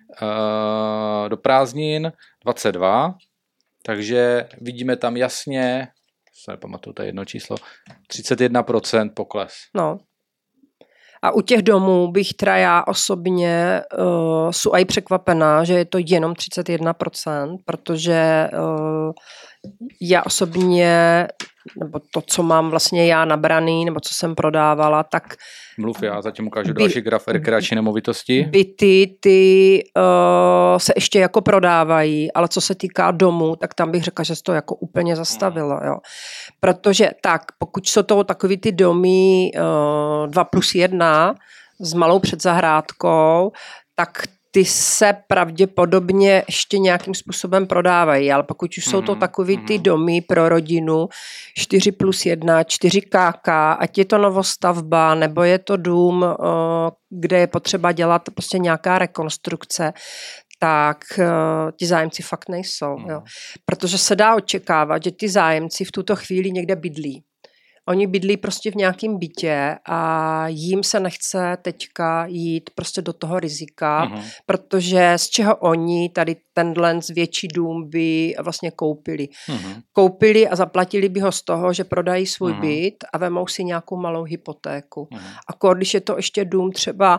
do prázdnin dvacet dva. Takže vidíme tam jasně, se nepamatuju, to je jedno číslo, třicet jedna procent pokles. No. A u těch domů bych teda já osobně uh, jsou aj překvapená, že je to jenom třicet jedna procent, protože uh, já osobně, nebo to, co mám vlastně já nabraný, nebo co jsem prodávala, tak Mluv, já zatím ukážu by, další graf rekreační nemovitosti. Byty, ty uh, se ještě jako prodávají, ale co se týká domů, tak tam bych řekla, že se to jako úplně zastavilo. Jo. Protože tak, pokud jsou to takový ty domy uh, dva plus jedna s malou předzahrádkou, tak ty se pravděpodobně ještě nějakým způsobem prodávají, ale pokud už mm-hmm. jsou to takový ty domy pro rodinu čtyři plus jedna, čtyři ká ká, ať je to novostavba, nebo je to dům, kde je potřeba dělat prostě nějaká rekonstrukce, tak ti zájemci fakt nejsou. Mm. Jo. Protože se dá očekávat, že ty zájemci v tuto chvíli někde bydlí. Oni bydlí prostě v nějakém bytě a jim se nechce teďka jít prostě do toho rizika, mm-hmm. protože z čeho oni tady tenhle větší dům by vlastně koupili. Mm-hmm. Koupili a zaplatili by ho z toho, že prodají svůj mm-hmm. byt a vemou si nějakou malou hypotéku. Mm-hmm. A když je to ještě dům třeba,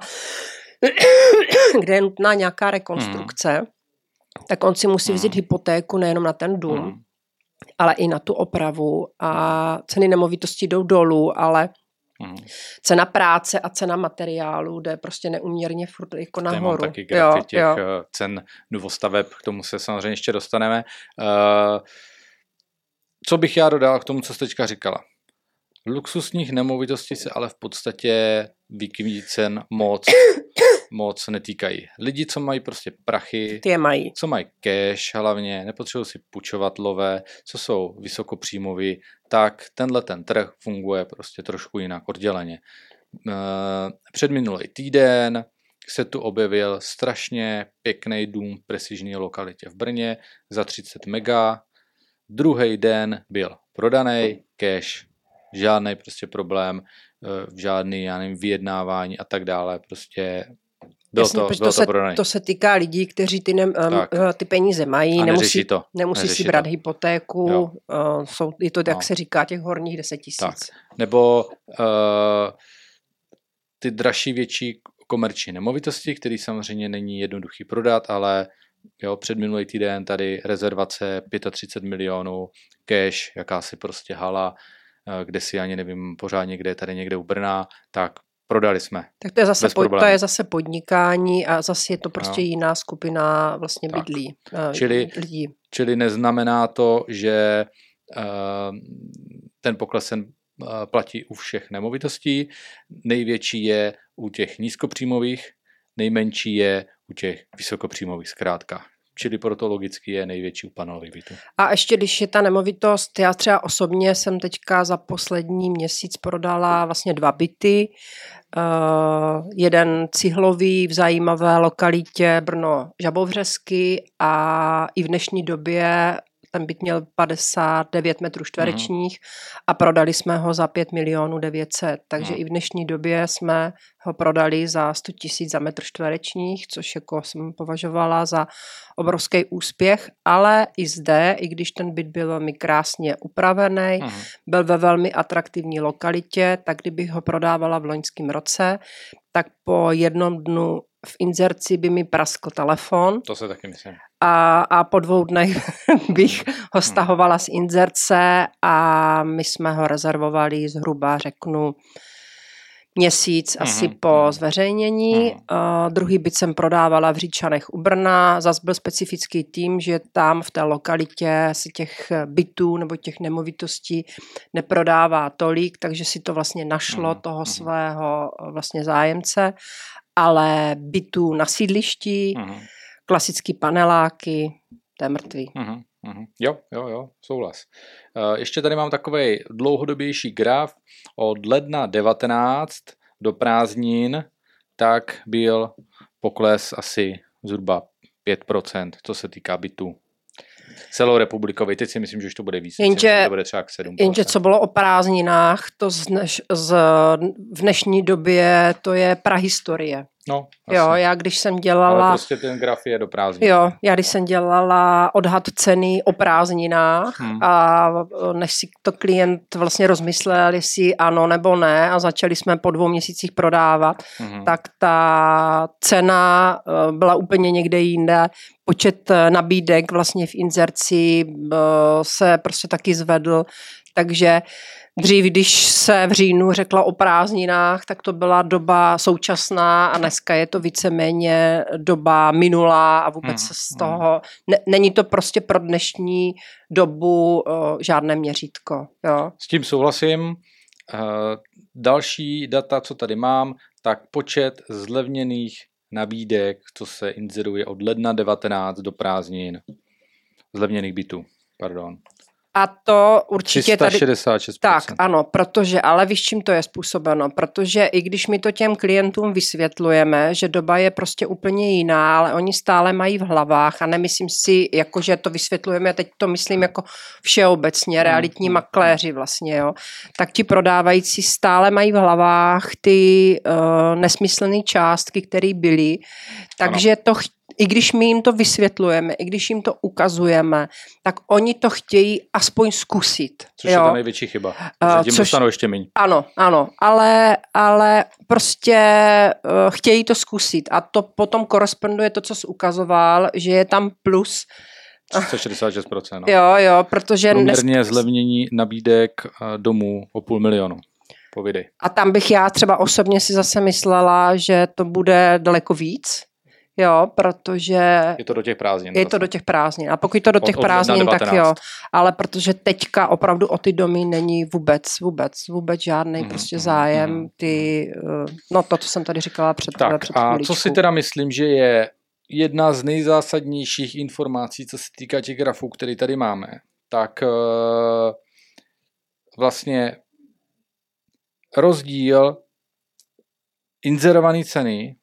kde je nutná nějaká rekonstrukce, mm-hmm. tak on si musí mm-hmm. vzít hypotéku nejenom na ten dům, mm-hmm. ale i na tu opravu a ceny nemovitostí jdou dolů, ale mm. cena práce a cena materiálu jde prostě neuměrně furt jako nahoru. Mám taky grafy jo, těch jo. cen novostaveb, k tomu se samozřejmě ještě dostaneme. Uh, co bych já dodal k tomu, co jsi teďka říkala? Luxusních nemovitostí se ale v podstatě výkyvy cen moc, moc netýkají. Lidi, co mají prostě prachy, ty je mají. Co mají cash hlavně, nepotřebují si půjčovat lové, co jsou vysokopříjmoví, tak tenhle ten trh funguje prostě trošku jinak odděleně. Před minulý týden se tu objevil strašně pěkný dům v prestižní lokalitě v Brně za třicet mega. Druhý den byl prodaný, cash, žádný prostě problém, žádný, já nevím, vyjednávání a tak dále, prostě bylo Jasně, to, to, bylo se, to prodaný. To se týká lidí, kteří ty, ne, um, ty peníze mají, a nemusí, to. nemusí si brát to. hypotéku, uh, jsou, je to, jak no. se říká, těch horních deset tisíc. Tak. Nebo uh, ty dražší, větší komerční nemovitosti, který samozřejmě není jednoduchý prodat, ale jo, před minulý týden tady rezervace třicet pět milionů, cash, jakási prostě hala, kde si ani nevím pořádně, kde je tady někde u Brna, tak prodali jsme. Tak to je zase, po, to je zase podnikání a zase je to prostě no. jiná skupina vlastně tak. bydlí čili, lidí. Čili neznamená to, že uh, ten pokles cen uh, platí u všech nemovitostí. Největší je u těch nízkopříjmových, nejmenší je u těch vysokopříjmových zkrátka. Čili proto logicky je největší u panelových bytů. A ještě když je ta nemovitost, já třeba osobně jsem teďka za poslední měsíc prodala vlastně dva byty. Uh, jeden cihlový v zajímavé lokalitě Brno Žabovřesky a i v dnešní době ten byt měl padesát devět metrů čtverečních mm. a prodali jsme ho za pět milionů devět set. Takže mm. i v dnešní době jsme ho prodali za sto tisíc za metr čtverečních, což jako jsem považovala za obrovský úspěch, ale i zde, i když ten byt byl velmi krásně upravený, mm. byl ve velmi atraktivní lokalitě, tak kdybych ho prodávala v loňském roce, tak po jednom dnu v inzerci by mi praskl telefon. To se taky myslím. A, a po dvou dnech bych ho stahovala z inzerce a my jsme ho rezervovali zhruba, řeknu, měsíc asi mm-hmm. po zveřejnění. Mm-hmm. Uh, druhý byt jsem prodávala v Říčanech u Brna. Zas byl specifický tím, že tam v té lokalitě se těch bytů nebo těch nemovitostí neprodává tolik, takže si to vlastně našlo mm-hmm. toho svého vlastně zájemce. Ale bytů na sídlišti, mm-hmm. klasický paneláky, to je mrtvý. Mm-hmm. Mm-hmm. Jo, jo, jo, souhlas. Uh, ještě tady mám takovej dlouhodobější graf. Od ledna devatenáct do prázdnin tak byl pokles asi zhruba pět procent, co se týká bytů. Celorepublikový, teď si myslím, že už to bude víc. Jenže, myslím, že to bude třeba sedm procent. jenže co bylo o prázdninách, to z dneš, z, v dnešní době to je prahistorie. No, jo, já když jsem dělala... Ale prostě ten graf je do prázdnin. Jo, já když jsem dělala odhad ceny o prázdninách hmm. a než si to klient vlastně rozmyslel, jestli ano nebo ne a začali jsme po dvou měsících prodávat, hmm. tak ta cena byla úplně někde jinde. Počet nabídek vlastně v inzerci se prostě taky zvedl, takže dřív, když se v říjnu řekla o prázdninách, tak to byla doba současná a dneska je to víceméně doba minulá a vůbec se z toho... Ne, není to prostě pro dnešní dobu o, žádné měřítko. Jo? S tím souhlasím. Další data, co tady mám, tak počet zlevněných nabídek, co se inzeruje od ledna devatenáct do prázdnin. Zlevněných bytů, pardon. A to určitě tři sta šedesát šest procent. Tak, ano, protože, ale víš, čím to je způsobeno? Protože i když my to těm klientům vysvětlujeme, že doba je prostě úplně jiná, ale oni stále mají v hlavách a nemyslím si, jako že to vysvětlujeme, teď to myslím jako všeobecně, realitní mm, makléři vlastně, jo, tak ti prodávající stále mají v hlavách ty uh, nesmyslné částky, které byly, takže ano. to chtějí. I když my jim to vysvětlujeme, i když jim to ukazujeme, tak oni to chtějí aspoň zkusit. Což jo? je ta největší chyba. Že tím dostanou ještě méně. Ano, ano, ale, ale prostě uh, chtějí to zkusit a to potom koresponduje to, co jsi ukazoval, že je tam plus tři sta šedesát šest procent. No. Jo, jo, protože... Průměrně dnes... zlevnění nabídek domů o půl milionu. Povídej. A tam bych já třeba osobně si zase myslela, že to bude daleko víc. Jo, protože... Je to do těch prázdnin. Je to do těch prázdnin. A pokud to do těch od, od prázdnin, tak jo. Ale protože teďka opravdu o ty domy není vůbec, vůbec, vůbec žádný mm, prostě zájem. Mm, ty, no to, co jsem tady říkala před Tak před a co si teda myslím, že je jedna z nejzásadnějších informací, co se týká těch grafů, které tady máme, tak vlastně rozdíl inzerované ceny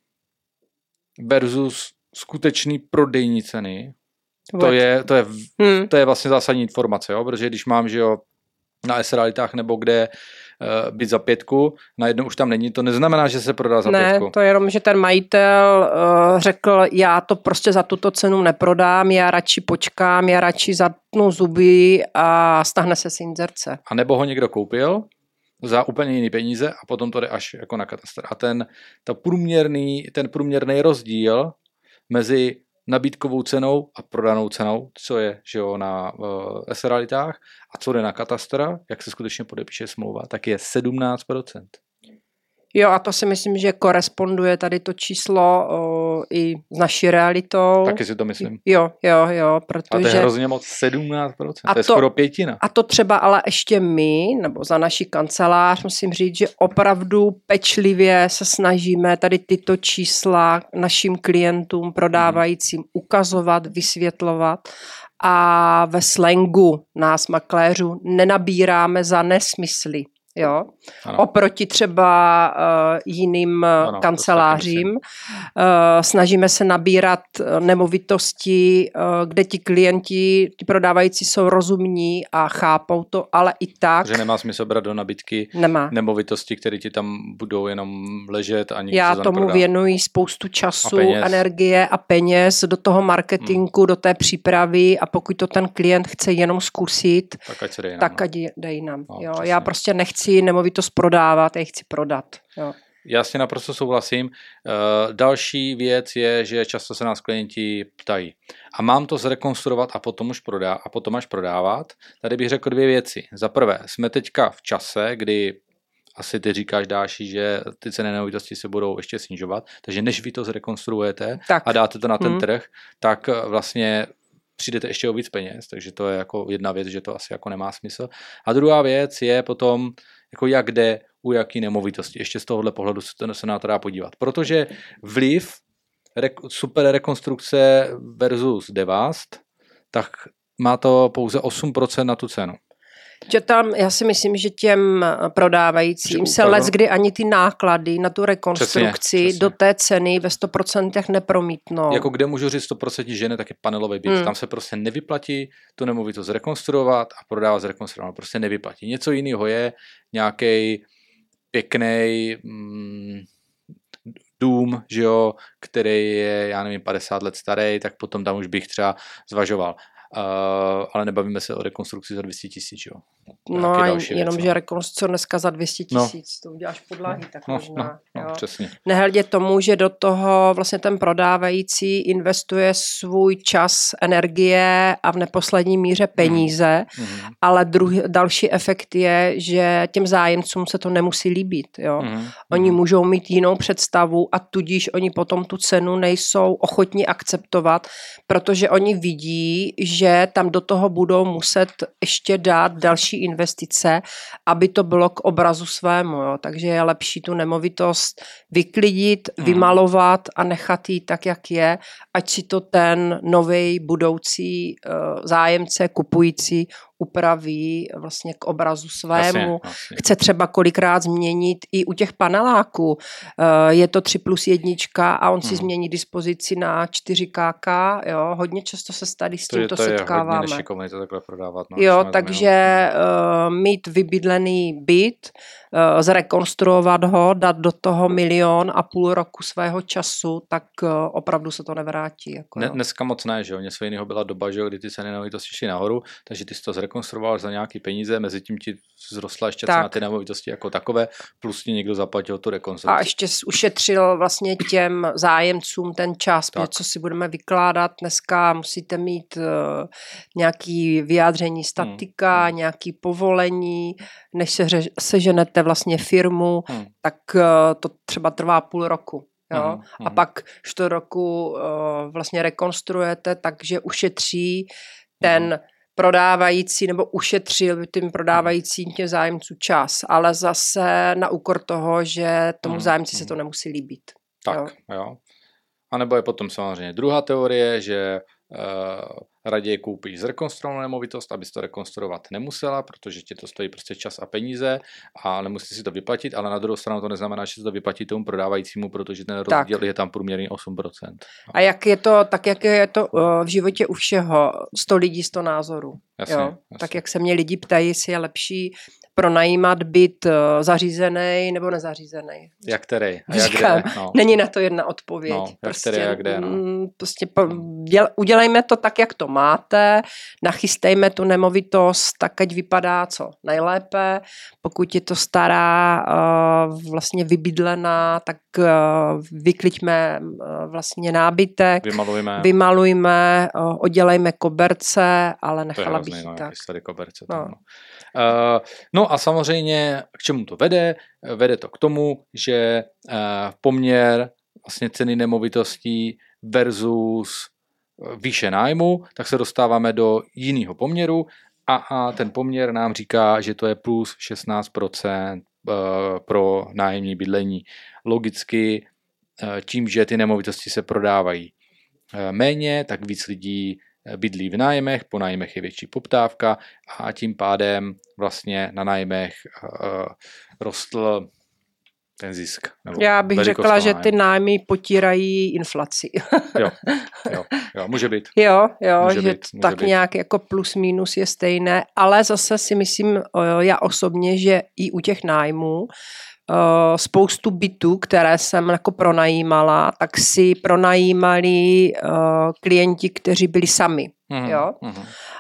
versus skutečný prodejní ceny, to je, to, je, hmm. to je vlastně zásadní informace, jo? Protože když mám, že jo, na S-realitách nebo kde uh, být za pětku, najednou už tam není, to neznamená, že se prodá za ne, pětku. Ne, to je jenom, že ten majitel uh, řekl, já to prostě za tuto cenu neprodám, já radši počkám, já radši zatnu zuby a stáhne se z inzerce. A nebo ho někdo koupil za úplně jiný peníze a potom to jde až jako na katastr. A ten, ta průměrný, ten průměrný rozdíl mezi nabídkovou cenou a prodanou cenou, co je, že jo, na uh, S-realitách a co jde na katastr, jak se skutečně podepíše smlouva, tak je sedmnáct procent. Jo, a to si myslím, že koresponduje tady to číslo o, i s naší realitou. Taky si to myslím. Jo, jo, jo, protože... A to je hrozně moc, sedmnáct procent, a to je to, skoro pětina. A to třeba ale ještě my, nebo za naši kancelář, musím říct, že opravdu pečlivě se snažíme tady tyto čísla našim klientům, prodávajícím ukazovat, vysvětlovat a ve slangu nás makléřů nenabíráme za nesmysly. Jo, ano. Oproti třeba uh, jiným ano, kancelářím. Uh, snažíme se nabírat nemovitosti, uh, kde ti klienti, ti prodávající jsou rozumní a chápou to, ale i tak. Že nemá smysl brát do nabídky nemá. nemovitosti, které ti tam budou jenom ležet a nikdo Já se tomu neprodá. věnuji spoustu času, a energie a peněz do toho marketingu, hmm. do té přípravy a pokud to ten klient chce jenom zkusit, tak ať se dej nám. Tak ať dej nám. No, jo. Já prostě nechci chci nemovitost prodávat, já chci prodat. Jo. Já s tím naprosto souhlasím. Uh, další věc je, že často se nás klienti ptají. A mám to zrekonstruovat a potom už prodá, a potom až prodávat? Tady bych řekl dvě věci. Za prvé, jsme teďka v čase, kdy asi ty říkáš, Dáši, že ty ceny nemovitosti se budou ještě snižovat, takže než vy to zrekonstruujete tak. a dáte to na ten hmm. trh, tak vlastně přijdete ještě o víc peněz, takže to je jako jedna věc, že to asi jako nemá smysl. A druhá věc je potom, jako jak jde u jaký nemovitosti. Ještě z tohohle pohledu se na to dá podívat. Protože vliv rek- super rekonstrukce versus devast, tak má to pouze osm procent na tu cenu. Že tam, já si myslím, že těm prodávajícím se leckdy ani ty náklady na tu rekonstrukci přesně, přesně. do té ceny ve sto procent nepromítnou. Jako kde můžu říct sto procent ženy, tak je panelový byt. Hmm. Tam se prostě nevyplatí tu nemovitost zrekonstruovat a prodávat zrekonstruovat. Prostě nevyplatí. Něco jiného je nějaký pěkný mm, dům, že jo, který je, já nevím, padesát let starý, tak potom tam už bych třeba zvažoval. Uh, ale nebavíme se o rekonstrukci za dvě stě tisíc, jo. No a jenom, věc, že rekonstrukce dneska za dvě stě tisíc, no. to uděláš podlahy, tak no, možná. No, no, přesně. Nehledě tomu, že do toho vlastně ten prodávající investuje svůj čas, energie a v neposlední míře peníze, mm. ale druhý, další efekt je, že těm zájemcům se to nemusí líbit, jo. Mm. Oni mm. můžou mít jinou představu a tudíž oni potom tu cenu nejsou ochotní akceptovat, protože oni vidí, že tam do toho budou muset ještě dát další investice, aby to bylo k obrazu svému. Jo. Takže je lepší tu nemovitost vyklidit, hmm. vymalovat a nechat ji tak, jak je, ať si to ten nový budoucí uh, zájemce, kupující upraví vlastně k obrazu svému. Jasně, jasně. Chce třeba kolikrát změnit i u těch paneláků. Je to tři plus jednička a on si hmm. změní dispozici na čtyři ká ká. Jo? Hodně často se tady s tímto to setkáváme. To je hodně nešikovné to takhle prodávat. No, jo, takže uh, mít vybydlený byt, uh, zrekonstruovat ho, dát do toho milion a půl roku svého času, tak uh, opravdu se to nevrátí. Jako, ne, dneska moc ne, že jo. Něco jiného byla doba, že jo, kdy ty ceny nemovitosti šly nahoru, takže ty jsi to zrekonstruoval za nějaký peníze, mezi tím ti vzrostla ještě cena ty nemovitosti jako takové, plus ti někdo zaplatil tu rekonstrukci. A ještě ušetřil vlastně těm zájemcům ten čas, protože co si budeme vykládat, dneska musíte mít uh, nějaký vyjádření statika, hmm. nějaký povolení, než se seženete vlastně firmu, hmm. tak uh, to třeba trvá půl roku. Jo? Mm, mm. A pak čtvrt roku uh, vlastně rekonstruujete, takže ušetří ten mm. prodávající nebo ušetřil tím prodávajícím těm zájemců čas, ale zase na úkor toho, že tomu mm. zájemci mm. se to nemusí líbit. Tak, jo. jo. A nebo je potom samozřejmě druhá teorie, že uh, raději koupíš zrekonstruovanou nemovitost, abys to rekonstruovat nemusela, protože ti to stojí prostě čas a peníze a nemusíš si to vyplatit, ale na druhou stranu to neznamená, že se to vyplatí tomu prodávajícímu, protože ten rozdíl tak. je tam průměrný osm procent. A jak je to, tak jak je to uh, v životě u všeho, sto lidí, sto názorů. Jasně, jo? jasně. Tak jak se mě lidi ptají, jestli je lepší pronajímat byt uh, zařízený nebo nezařízený. Jak který? A jak Říkám, kde? No. Není na to jedna odpověď. No, jak prostě, který, jak kde, no. prostě děl, udělejme to tak, jak to máte, nachystejme tu nemovitost tak, ať vypadá co nejlépe. Pokud je to stará, uh, vlastně vybydlená, tak uh, vykliďme uh, vlastně nábytek, vymalujme, vymalujme uh, odělejme koberce, ale nechala bych hrozný, no, tak. Tady koberce, no. Tam, no. Uh, no a samozřejmě k čemu to vede? Vede to k tomu, že uh, poměr vlastně ceny nemovitostí versus výše nájmu, tak se dostáváme do jiného poměru a, a ten poměr nám říká, že to je plus šestnáct procent pro nájemní bydlení. Logicky tím, že ty nemovitosti se prodávají méně, tak víc lidí bydlí v nájmech, po nájmech je větší poptávka a tím pádem vlastně na nájmech rostl ten zisk. Já bych řekla, že ty nájmy potírají inflaci. jo, jo, jo, může být. Jo, jo, může že být, může tak být. nějak jako plus minus je stejné, ale zase si myslím já osobně, že i u těch nájmů spoustu bytů, které jsem jako pronajímala, tak si pronajímali klienti, kteří byli sami. Mm, jo? Mm.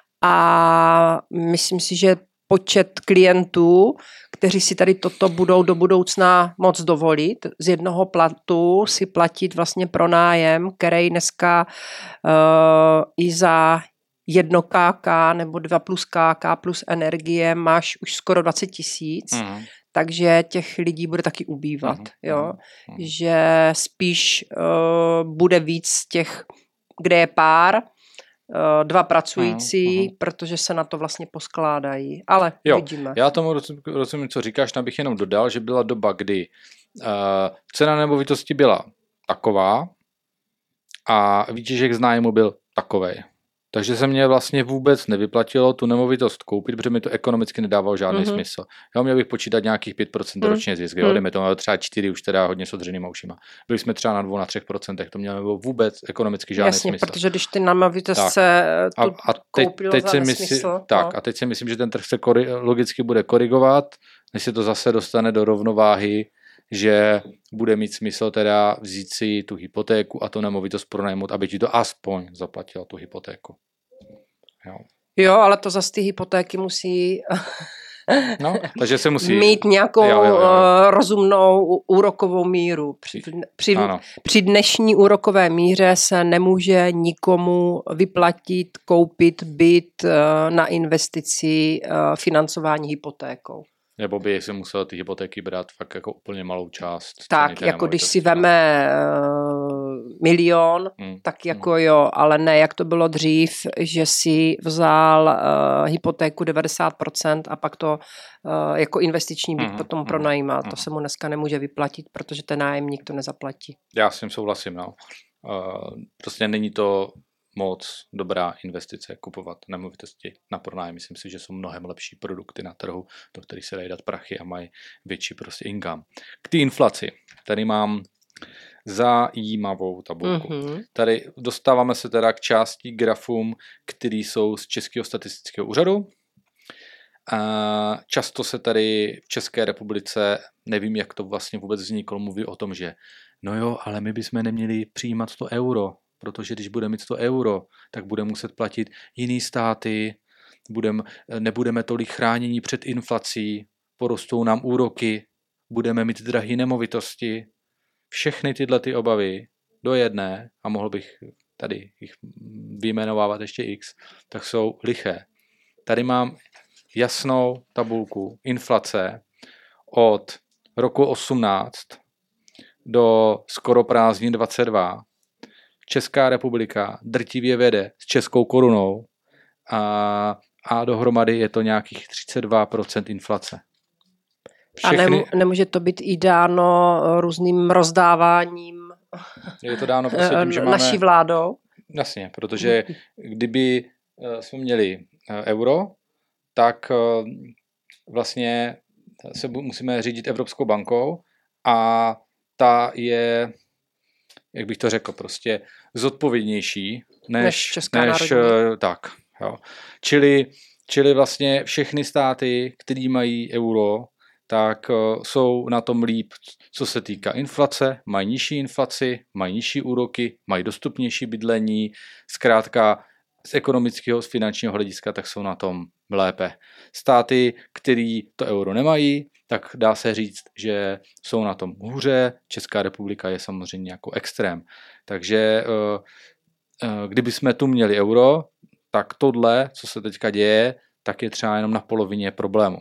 A myslím si, že počet klientů, kteří si tady toto budou do budoucna moc dovolit, z jednoho platu si platit vlastně pronájem, který dneska uh, i za jedno ká nebo dva plus ká plus energie máš už skoro dvacet tisíc, mm. takže těch lidí bude taky ubývat. Mm. Jo? Mm. Že spíš uh, bude víc těch, kde je pár, dva pracující, uh-huh. protože se na to vlastně poskládají. Ale jo, vidíme. Já tomu rozumím, rozumím, co říkáš, abych jenom dodal, že byla doba, kdy uh, cena nemovitosti byla taková a výtěžek z nájmu byl takovej. Takže se mně vlastně vůbec nevyplatilo tu nemovitost koupit, protože mi to ekonomicky nedávalo žádný mm-hmm. smysl. Já měl bych počítat nějakých pět procent mm. ročně zisk, jo, dejme tomu třeba čtyři, už teda hodně s odřenýma ušima. Byli jsme třeba na dvou, na třech procentech, to mělo vůbec ekonomicky žádný Jasně, smysl. protože když ty nemovitost se tu a, a teď, koupilo teď za si nesmysl. Tak, no. a teď si myslím, že ten trh se kori, logicky bude korigovat, než se to zase dostane do rovnováhy, že bude mít smysl teda vzít si tu hypotéku a tu nemovitost pronajmout, aby ti to aspoň zaplatila tu hypotéku. Jo. jo, ale to zase ty hypotéky musí, no, takže se musí mít nějakou jo, jo, jo. rozumnou úrokovou míru. Při, při, při dnešní úrokové míře se nemůže nikomu vyplatit, koupit byt na investici financování hypotékou. Nebo by si musel ty hypotéky brát fakt jako úplně malou část. Tak, jako když si veme uh, milion, hmm. tak jako hmm. jo, ale ne, jak to bylo dřív, že si vzal uh, hypotéku devadesát procent a pak to uh, jako investiční byt hmm. potom pronajímal. Hmm. To se mu dneska nemůže vyplatit, protože ten nájemník to nezaplatí. Já s tím souhlasím, no. Uh, prostě není to moc dobrá investice kupovat nemovitosti na pronájem. Myslím si, že jsou mnohem lepší produkty na trhu, do kterých se dají dát prachy a mají větší prostě income. K té inflaci. Tady mám zajímavou tabulku. Mm-hmm. Tady dostáváme se teda k části grafům, které jsou z Českého statistického úřadu. A často se tady v České republice, nevím, jak to vlastně vůbec vzniklo, mluví o tom, že no jo, ale my bychom neměli přijímat sto euro, protože když bude mít sto euro, tak bude muset platit jiný státy, budem, nebudeme tolik chránění před inflací, porostou nám úroky, budeme mít drahé nemovitosti. Všechny tyhle ty obavy do jedné, a mohl bych tady jich vyjmenovávat ještě x, tak jsou liché. Tady mám jasnou tabulku inflace od roku osmnáct do skoro prázdnin dvacet dva Česká republika drtivě vede s českou korunou a, a dohromady je to nějakých třicet dva procent inflace. Všechny... A nem, nemůže to být i dáno různým rozdáváním je to dáno prostě tím, že máme... naší vládou? Jasně, protože kdyby jsme měli euro, tak vlastně se musíme řídit Evropskou bankou a ta je, jak bych to řekl, prostě zodpovědnější než, než Česká než tak. Jo. Čili, čili vlastně všechny státy, které mají euro, tak jsou na tom líp, co se týká inflace, mají nižší inflaci, mají nižší úroky, mají dostupnější bydlení, zkrátka z ekonomického, z finančního hlediska, tak jsou na tom lépe. Státy, který to euro nemají, tak dá se říct, že jsou na tom hůře. Česká republika je samozřejmě jako extrém. Takže kdyby jsme tu měli euro, tak tohle, co se teďka děje, tak je třeba jenom na polovině problému.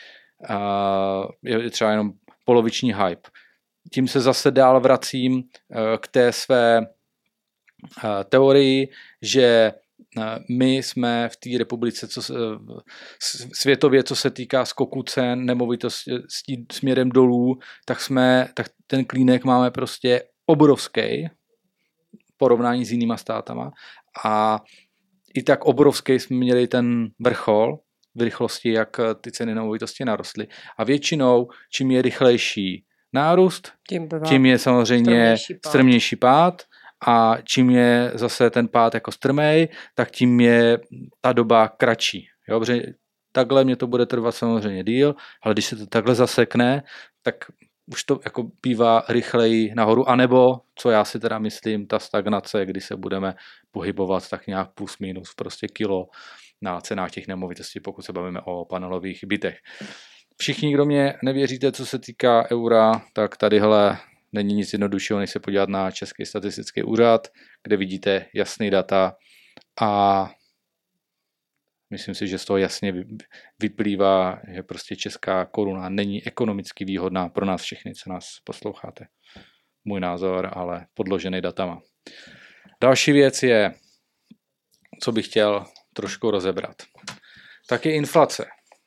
Je třeba jenom poloviční hype. Tím se zase dál vracím k té své teorii, že my jsme v té republice co se, světově, co se týká skoku cen, nemovitostí směrem dolů, tak jsme, tak ten klínek máme prostě obrovský v porovnání s jinýma státama a i tak obrovský jsme měli ten vrchol v rychlosti, jak ty ceny nemovitosti narostly. A většinou, čím je rychlejší nárůst, tím, tím je samozřejmě strmější pád. strmější pád a čím je zase ten pád jako strmej, tak tím je ta doba kratší. Jo, protože takhle mě to bude trvat samozřejmě díl, ale když se to takhle zasekne, tak už to jako bývá rychleji nahoru, anebo, co já si teda myslím, ta stagnace, kdy se budeme pohybovat tak nějak plus minus prostě kilo na cenách těch nemovitostí, pokud se bavíme o panelových bytech. Všichni, kdo mě nevěříte, co se týká eura, tak tadyhle není nic jednoduššího, než se podívat na Český statistický úřad, kde vidíte jasný data a myslím si, že z toho jasně vyplývá, že prostě česká koruna není ekonomicky výhodná pro nás všechny, co nás posloucháte. Můj názor, ale podložený datama. Další věc je, co bych chtěl trošku rozebrat. Tak je inflace.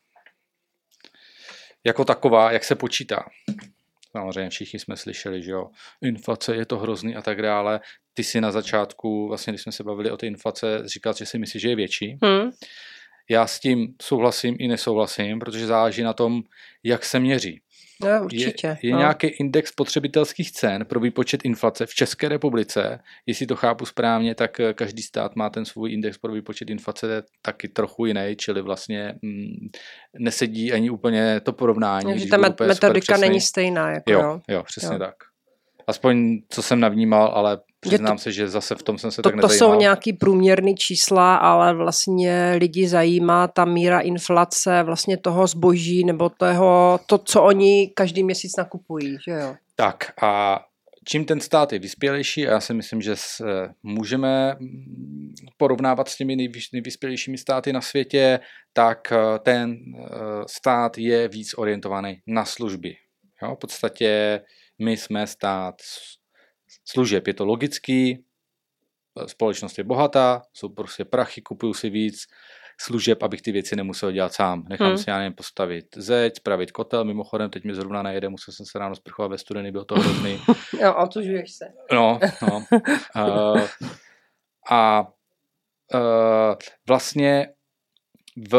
Jako taková, jak se počítá. Samozřejmě všichni jsme slyšeli, že jo, inflace je to hrozný a tak dále. Ty si na začátku, vlastně když jsme se bavili o té inflace, říkal, že si myslíš, že je větší. Hmm. Já s tím souhlasím i nesouhlasím, protože záleží na tom, jak se měří. No, určitě. Je, je no. nějaký index spotřebitelských cen pro výpočet inflace v České republice. Jestli to chápu správně, tak každý stát má ten svůj index pro výpočet inflace taky trochu jiný, čili vlastně mm, nesedí ani úplně to porovnání. Takže ta metodika není stejná. Jako jo, jo, jo, přesně jo. tak. Aspoň co jsem navnímal, ale přiznám to, se, že zase v tom jsem se to, tak nezajímal. To jsou nějaký průměrný čísla, ale vlastně lidi zajímá ta míra inflace vlastně toho zboží nebo toho, to, co oni každý měsíc nakupují, že jo? Tak a čím ten stát je vyspělejší, a já si myslím, že se můžeme porovnávat s těmi nejvyspělejšími státy na světě, tak ten stát je víc orientovaný na služby. Jo? V podstatě my jsme stát služeb, je to logický, společnost je bohatá, jsou prostě prachy, kupuju si víc služeb, abych ty věci nemusel dělat sám. Nechám hmm. si, já nevím, postavit zeď, spravit kotel, mimochodem, teď mi zrovna najede, musel jsem se ráno sprchovat ve studený, bylo to hrozný. Jo, otužuješ se. No, no. Uh, a uh, vlastně v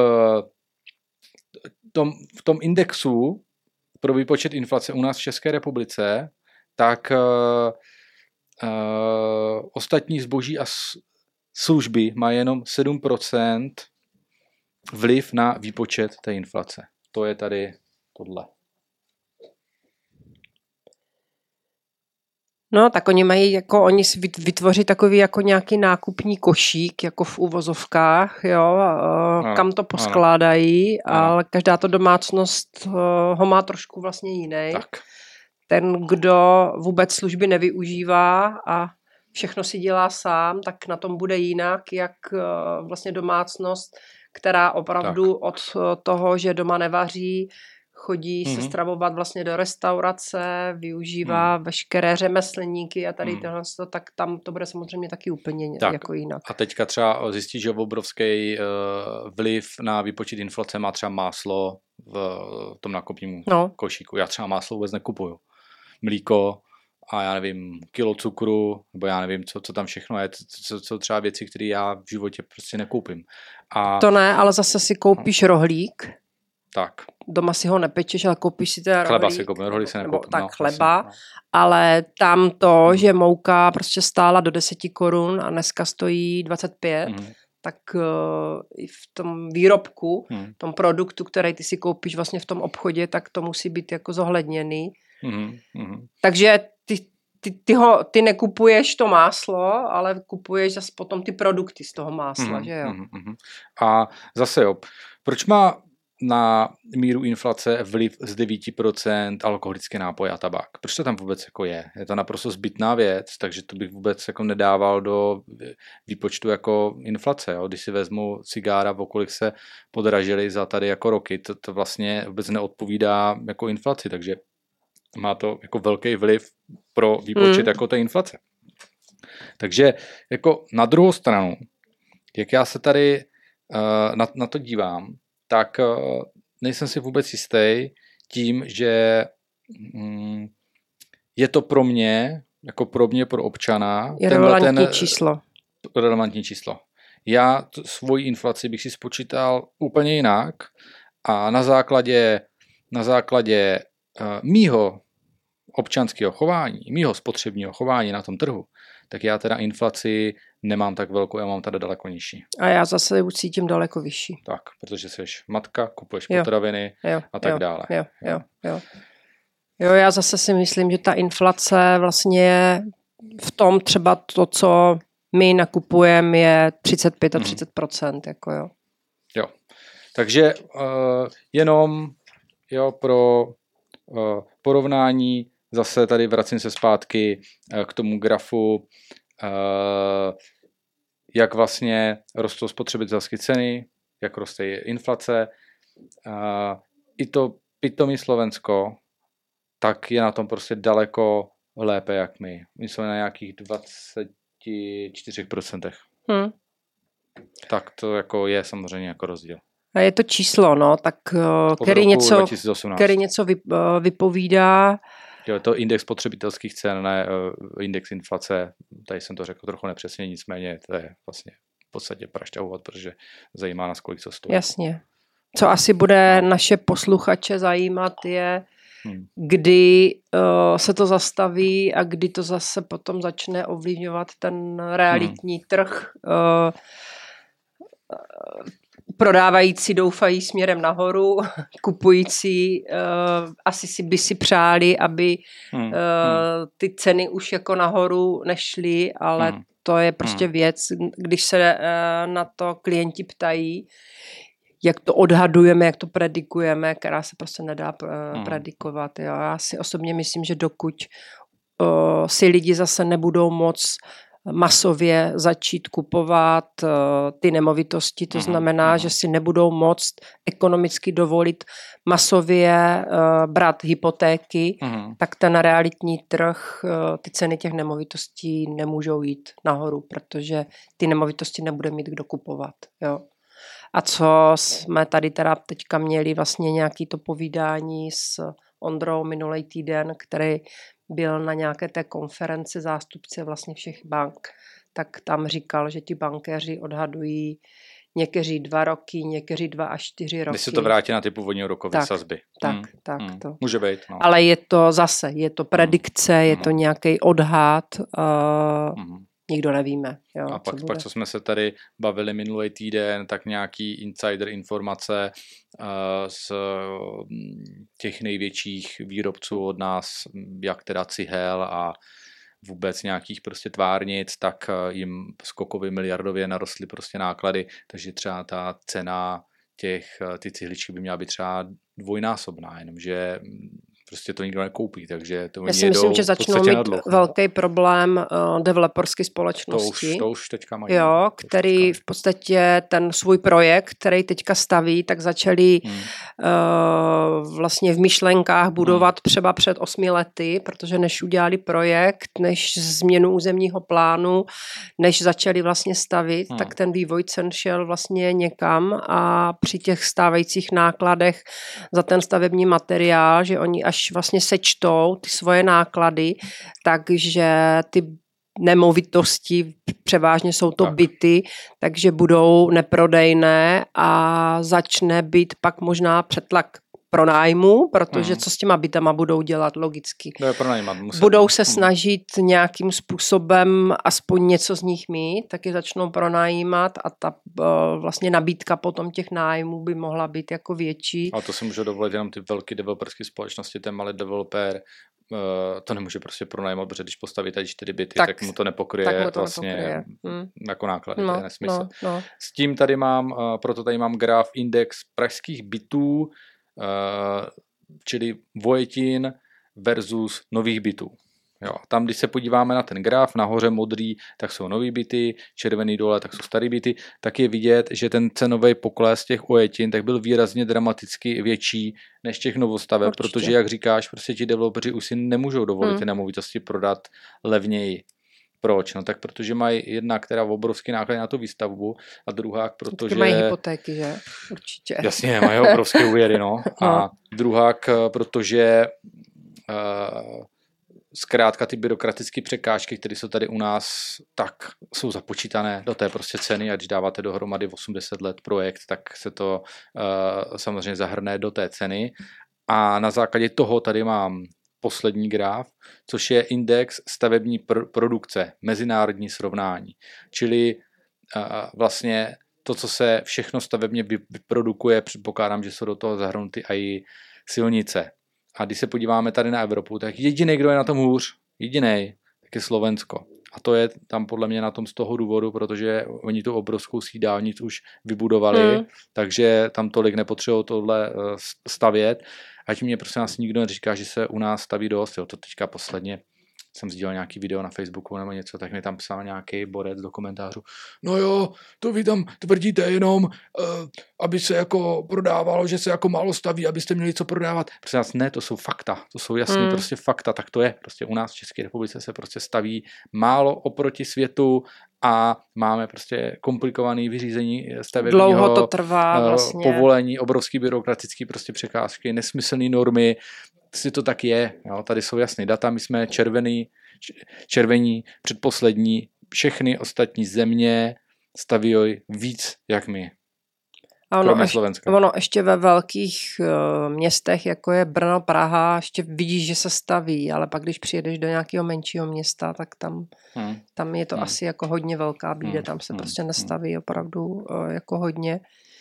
tom, v tom indexu pro výpočet inflace u nás v České republice, tak uh, uh, ostatní zboží a služby mají jenom sedm procent vliv na výpočet té inflace. To je tady tohle. No, tak oni mají, jako oni si vytvoří takový jako nějaký nákupní košík, jako v uvozovkách, jo, ano, kam to poskládají, ano. ale každá to domácnost ho má trošku vlastně jiný. Tak. Ten, kdo vůbec služby nevyužívá a všechno si dělá sám, tak na tom bude jinak, jak vlastně domácnost, která opravdu tak. od toho, že doma nevaří, chodí Mhm. se stravovat vlastně do restaurace, využívá Mhm. veškeré řemeslníky a tady Mhm. tohle, tak tam to bude samozřejmě taky úplně Tak. jako jinak. A teďka třeba zjistíš, že obrovský uh, vliv na výpočet inflace má třeba máslo v tom nákupním No. košíku. Já třeba máslo vůbec nekupuju. Mlíko a já nevím, kilo cukru, nebo já nevím, co, co tam všechno je. Co, co třeba věci, které já v životě prostě nekoupím. A To ne, ale zase si koupíš rohlík, tak. doma si ho nepečeš, ale koupíš si ten Chleba rohlík. si koupím, rohlík si nebo nekoupím. tak no, chleba, vlastně, no. ale tam to, Mhm. že mouka prostě stála do deseti korun a dneska stojí dvacet pět, Mhm. tak uh, i v tom výrobku, Mhm. tom produktu, který ty si koupíš vlastně v tom obchodě, tak to musí být jako zohledněný. Mhm. Mhm. Takže ty, ty, ty, ho, ty nekupuješ to máslo, ale kupuješ zase potom ty produkty z toho másla, Mhm, že jo? mhm, mhm. A zase jo, proč má na míru inflace vliv z devět procent alkoholické nápoje a tabák? Proč to tam vůbec jako je? Je to naprosto zbytná věc, takže to bych vůbec jako nedával do výpočtu jako inflace. Jo? Když si vezmu cigára, o kolik se podražily za tady jako roky, to, to vlastně vůbec neodpovídá jako inflaci, takže má to jako velký vliv pro výpočet Hmm. jako té inflace. Takže jako na druhou stranu, jak já se tady uh, na, na to dívám, tak uh, nejsem si vůbec jistý tím, že um, je to pro mě, jako pro mě, pro občana, Je tenhle relevantní ten číslo. relevantní číslo. Já t- svoji inflaci bych si spočítal úplně jinak a na základě, na základě uh, mýho občanského chování, mýho spotřebního chování na tom trhu, tak já teda inflaci nemám tak velkou, já mám tady daleko nižší. A já zase už cítím daleko vyšší. Tak, protože jsi matka, kupuješ Jo. potraviny Jo, a tak jo, dále. Jo, jo, jo. Jo, já zase si myslím, že ta inflace vlastně v tom třeba to, co my nakupujeme, je třicet pět a třicet procent. Jako jo. Jo. Takže uh, jenom jo, pro uh, porovnání, zase tady vracím se zpátky uh, k tomu grafu, uh, jak vlastně rostou spotřebitelské ceny, jak roste inflace. Uh, I to pitomí Slovensko, tak je na tom prostě daleko lépe, jak my. My jsme na nějakých dvacet čtyři procent. Hm. Tak to jako je samozřejmě jako rozdíl. A je to číslo, no, tak Od který roku něco, dva tisíce osmnáct. který něco vy, vypovídá. Jo, to index spotřebitelských cen, ne uh, index inflace, tady jsem to řekl trochu nepřesně, nicméně to je vlastně v podstatě prašťahovat, protože zajímá nás, kolik co stojí. Jasně. Co asi bude naše posluchače zajímat je, Hmm. kdy uh, se to zastaví a kdy to zase potom začne ovlivňovat ten realitní hmm. trh. Uh, prodávající doufají směrem nahoru, kupující uh, asi si by si přáli, aby Hmm. uh, ty ceny už jako nahoru nešly, ale Hmm. to je prostě Hmm. věc, když se uh, na to klienti ptají, jak to odhadujeme, jak to predikujeme, která se prostě nedá uh, predikovat. Jo. Já si osobně myslím, že dokud uh, si lidi zase nebudou moc masově začít kupovat uh, ty nemovitosti, to znamená, uh-huh. že si nebudou moct ekonomicky dovolit masově uh, brát hypotéky, uh-huh. tak ten realitní trh, uh, ty ceny těch nemovitostí nemůžou jít nahoru, protože ty nemovitosti nebude mít kdo kupovat. Jo. A co jsme tady teda teďka měli vlastně nějaký to povídání s Ondrou minulý týden, který byl na nějaké té konferenci zástupce vlastně všech bank, tak tam říkal, že ti bankéři odhadují někteří dva roky, někteří dva až čtyři roky. Když se to vrátí na ty původní rokové sazby. Tak, hmm. tak hmm. to. Může být. No. Ale je to zase, je to predikce, hmm. je to nějaký odhad, uh, hmm. nikdo nevíme. Jo, a pak co, pak, co jsme se tady bavili minulý týden, tak nějaký insider informace uh, z těch největších výrobců od nás, jak teda cihel a vůbec nějakých prostě tvárnic, tak jim skokově miliardově narostly prostě náklady, takže třeba ta cena těch, ty cihličky by měla být třeba dvojnásobná, jenomže prostě to nikdo nekoupí, takže to Já si myslím, že začnou mít dluh, velký problém uh, developerské společnosti. To už, to už teďka mají. Jo, který v podstatě ten svůj projekt, který teďka staví, tak začali hmm. uh, vlastně v myšlenkách budovat hmm. třeba před osmi lety, protože než udělali projekt, než změnu územního plánu, než začali vlastně stavit, hmm. tak ten vývoj cen šel vlastně někam a při těch stávajících nákladech za ten stavební materiál, že oni až vlastně sečtou ty svoje náklady, takže ty nemovitosti, převážně jsou to tak. byty, takže budou neprodejné a začne být pak možná přetlak pronájmu, protože hmm. co s těma bytama budou dělat logicky. Budou se snažit nějakým způsobem aspoň něco z nich mít, taky začnou pronajímat a ta vlastně nabídka potom těch nájmů by mohla být jako větší. A to si může dovolit jenom ty velké developerské společnosti, ten malý developer to nemůže prostě pronajímat, protože když postaví tady čtyři byty, tak, tak mu to nepokryje mu to vlastně nepokryje. Hmm. jako náklady, no, to je nesmysl. No, no. S tím tady mám, proto tady mám graf index pražských bytů, čili Vojetín versus nových bytů. Jo, tam, když se podíváme na ten graf, nahoře modrý, tak jsou nový byty, červený dole, tak jsou starý byty, tak je vidět, že ten cenový pokles těch Ojetin tak byl výrazně dramaticky větší než těch novostaveb, Určitě. Protože, jak říkáš, prostě ti developeři už si nemůžou dovolit hmm. ty nemovitosti prodat levněji. Proč? No tak protože mají jedna, která obrovský náklady na tu výstavbu a druhá, protože... mají hypotéky, že? Určitě. Jasně, mají obrovské úvěry, no. A druhá, protože uh, zkrátka ty byrokratické překážky, které jsou tady u nás, tak jsou započítané do té prostě ceny a když dáváte dohromady osmdesát let projekt, tak se to uh, samozřejmě zahrne do té ceny. A na základě toho tady mám poslední graf, což je index stavební pr- produkce, mezinárodní srovnání. Čili uh, vlastně to, co se všechno stavebně vyprodukuje, předpokládám, že jsou do toho zahrnuty i silnice. A když se podíváme tady na Evropu, tak jediný, kdo je na tom hůř, jediný, tak je Slovensko. A to je tam podle mě na tom z toho důvodu, protože oni tu obrovskou síť dálnic už vybudovali, hmm. takže tam tolik nepotřebují tohle stavět. Ať mě prosím nás nikdo neříká, že se u nás staví dost. Jo, to teďka posledně jsem sdílel nějaký video na Facebooku nebo něco, tak mi tam psal nějaký borec do komentářů. No jo, to vy tam tvrdíte jenom, uh, aby se jako prodávalo, že se jako málo staví, abyste měli co prodávat. Prostě nás ne, to jsou fakta, to jsou jasný hmm. prostě fakta, tak to je. Prostě u nás v České republice se prostě staví málo oproti světu a máme prostě komplikované vyřízení stavebního Dlouho to trvá vlastně. Povolení, obrovský byrokratický prostě překážky, nesmyslné normy. Si to tak je, jo, tady jsou jasný data, my jsme červený, červení, předposlední, všechny ostatní země staví víc jak my. A ono, ještě, ono ještě ve velkých uh, městech, jako je Brno, Praha, ještě vidíš, že se staví, ale pak když přijedeš do nějakého menšího města, tak tam, hmm. tam je to hmm. asi jako hodně velká bída, hmm. tam se hmm. prostě nestaví opravdu uh, jako hodně.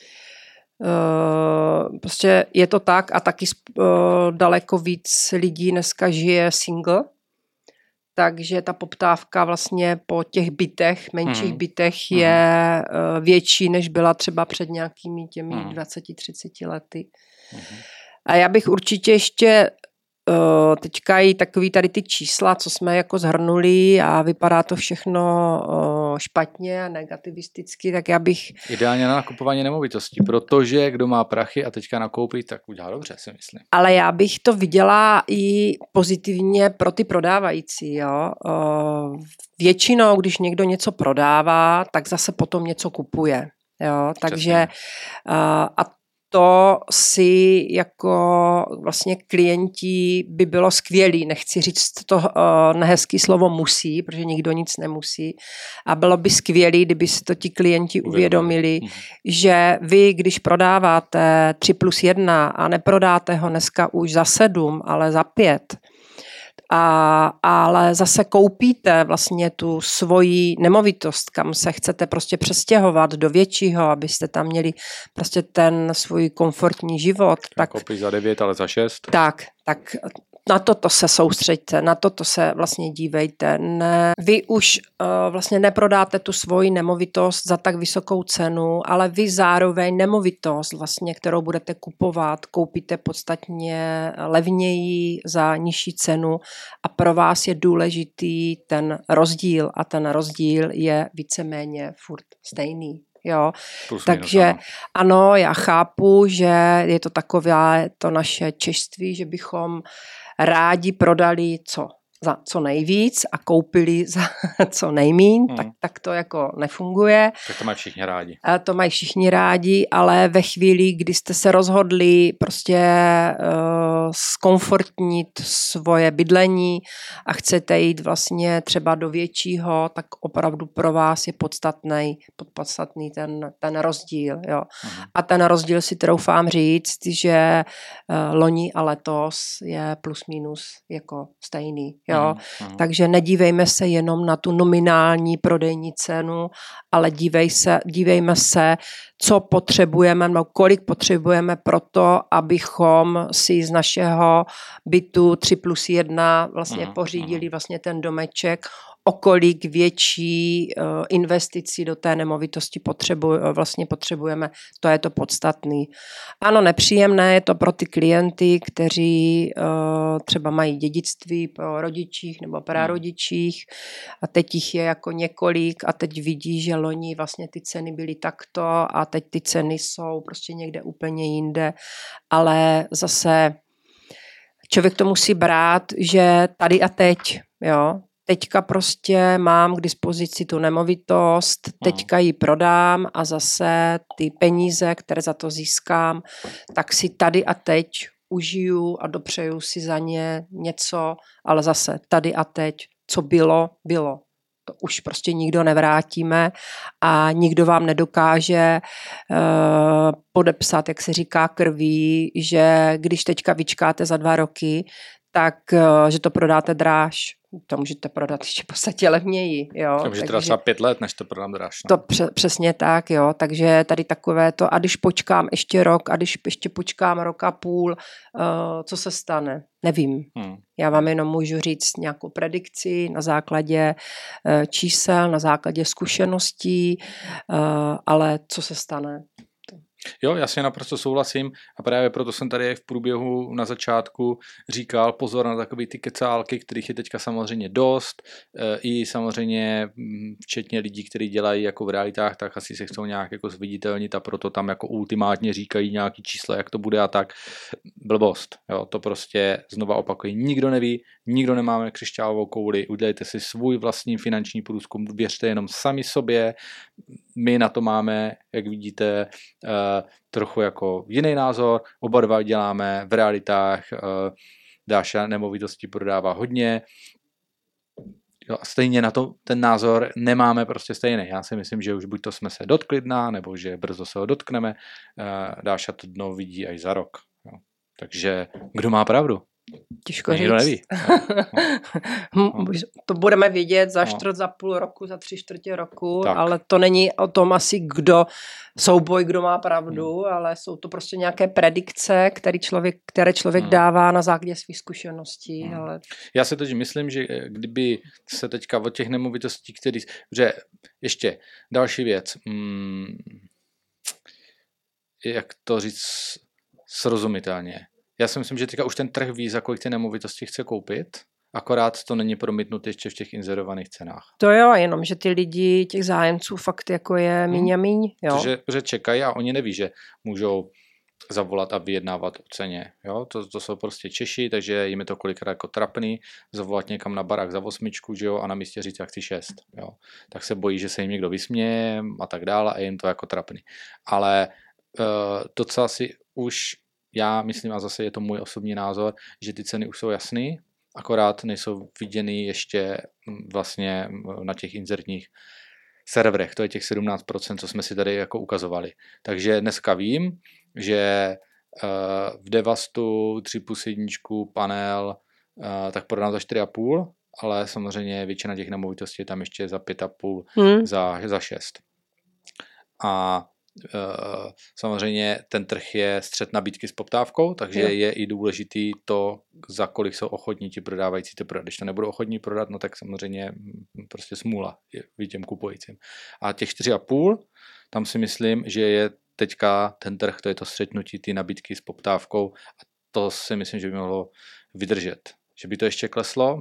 Uh, prostě je to tak a taky uh, daleko víc lidí dneska žije single, takže ta poptávka vlastně po těch bytech, menších hmm. bytech je uh, větší, než byla třeba před nějakými těmi hmm. dvacet třicet lety. Hmm. A já bych určitě ještě uh, teďka i takový tady ty čísla, co jsme jako zhrnuli a vypadá to všechno uh, špatně a negativisticky, tak já bych... Ideálně na nakupování nemovitostí, protože kdo má prachy a teďka nakoupí, tak udělá dobře, si myslím. Ale já bych to viděla i pozitivně pro ty prodávající, jo. Uh, většinou, když někdo něco prodává, tak zase potom něco kupuje, jo. Takže uh, a to si jako vlastně klienti by bylo skvělý, nechci říct to uh, nehezký slovo musí, protože nikdo nic nemusí a bylo by skvělý, kdyby si to ti klienti uvědomili, mm. že vy, když prodáváte tři plus jedna a neprodáte ho dneska už za sedm, ale za pět, A, ale zase koupíte vlastně tu svoji nemovitost, kam se chcete prostě přestěhovat do většího, abyste tam měli prostě ten svůj komfortní život. Tak koupíš za devět, ale za šest. Tak, tak na toto se soustřeďte, na toto se vlastně dívejte. Ne, vy už uh, vlastně neprodáte tu svoji nemovitost za tak vysokou cenu, ale vy zároveň nemovitost, vlastně, kterou budete kupovat, koupíte podstatně levněji za nižší cenu a pro vás je důležitý ten rozdíl a ten rozdíl je víceméně furt stejný. Jo, Plus takže minus, ano. ano, já chápu, že je to takové to naše češství, že bychom rádi prodali co, za co nejvíc a koupili za co nejmíň, hmm. tak, tak to jako nefunguje. Tak to mají všichni rádi. A to mají všichni rádi, ale ve chvíli, kdy jste se rozhodli prostě uh, zkomfortnit svoje bydlení a chcete jít vlastně třeba do většího, tak opravdu pro vás je podstatný, podstatný ten, ten rozdíl. Jo. Hmm. A ten rozdíl si troufám říct, že uh, loni a letos je plus minus jako stejný. Jo. Hmm. Hmm. Takže nedívejme se jenom na tu nominální prodejní cenu, ale dívej se, dívejme se, co potřebujeme, nebo kolik potřebujeme pro to, abychom si z našeho bytu tři plus jedna vlastně pořídili vlastně ten domeček, o kolik větší uh, investici do té nemovitosti potřebu, vlastně potřebujeme, to je to podstatný. Ano, nepříjemné je to pro ty klienty, kteří uh, třeba mají dědictví po rodičích nebo prarodičích a teď jich je jako několik a teď vidí, že loni vlastně ty ceny byly takto a teď ty ceny jsou prostě někde úplně jinde, ale zase člověk to musí brát, že tady a teď, jo, teďka prostě mám k dispozici tu nemovitost, teďka ji prodám a zase ty peníze, které za to získám, tak si tady a teď užiju a dopřeju si za ně něco, ale zase tady a teď, co bylo, bylo. To už prostě nikdo nevrátíme a nikdo vám nedokáže uh, podepsat, jak se říká, krví, že když teďka vyčkáte za dva roky, tak uh, že to prodáte dráž. To můžete prodat ještě v podstatě levněji. Jo. To může trvat třeba pět let, než to prodám dráž. No. To pře- přesně tak, jo. Takže tady takové to, a když počkám ještě rok, a když ještě počkám rok a půl, uh, co se stane? Nevím. Hmm. Já vám jenom můžu říct nějakou predikci na základě uh, čísel, na základě zkušeností, uh, ale co se stane? Jo, já si naprosto souhlasím a právě proto jsem tady v průběhu na začátku říkal pozor na takové ty kecálky, kterých je teďka samozřejmě dost, i samozřejmě včetně lidí, kteří dělají jako v realitách, tak asi se chcou nějak jako zviditelnit a proto tam jako ultimátně říkají nějaký čísla, jak to bude a tak. Blbost, jo, to prostě znova opakuji, nikdo neví, nikdo nemáme křišťálovou kouli, udělejte si svůj vlastní finanční průzkum, věřte jenom sami sobě, my na to máme, jak vidíte, trochu jako jiný názor, oba dva děláme v realitách, Dáša nemovitosti prodává hodně, jo, a stejně na to ten názor nemáme prostě stejný. Já si myslím, že už buď to jsme se dotkli dna, nebo že brzo se ho dotkneme, Dáša to dno vidí až za rok. Jo. Takže kdo má pravdu? Těžko říct. Nikdo neví. No, no. To budeme vědět za čtvrt, no. za půl roku, za tři čtvrtě roku, tak. Ale to není o tom asi kdo, souboj, kdo má pravdu, hmm. ale jsou to prostě nějaké predikce, které člověk, které člověk hmm. dává na základě svých zkušeností. Hmm. Ale... Já si totiž myslím, že kdyby se teďka od těch nemovitostí, který, že ještě další věc, hmm, jak to říct srozumitelně. Já si myslím, že teďka už ten trh ví, za kolik ty nemovitosti chce koupit, akorát to není promítnut ještě v těch inzerovaných cenách. To jo, jenom, že ty lidi, těch zájemců fakt jako je míň a míň. Jo. Protože, protože čekají a oni neví, že můžou zavolat a vyjednávat o ceně. Jo? To, to jsou prostě Češi, takže jim je to kolikrát jako trapný, zavolat někam na barák za osmičku, že jo, a na místě říct, jak chci šest. Jo? Tak se bojí, že se jim někdo vysměje a tak dále a jim to jako trapný. Ale uh, docela si už já myslím, a zase je to můj osobní názor, že ty ceny už jsou jasný, akorát nejsou viděny ještě vlastně na těch inzertních serverech. To je těch sedmnáct procent, co jsme si tady jako ukazovali. Takže dneska vím, že v Devastu tři plus jedna panel tak prodám za čtyři a půl, ale samozřejmě většina těch nemovitostí je tam ještě za pět a půl, hmm. za, za šest. A samozřejmě ten trh je střet nabídky s poptávkou, takže jo. je i důležitý to, za kolik jsou ochotní ti prodávající to prodat. Když to nebudou ochotní prodat, no tak samozřejmě prostě smůla je těm kupujícím. A těch čtyři a půl, tam si myslím, že je teďka ten trh, to je to střetnutí ty nabídky s poptávkou a to si myslím, že by mohlo vydržet. Že by to ještě kleslo,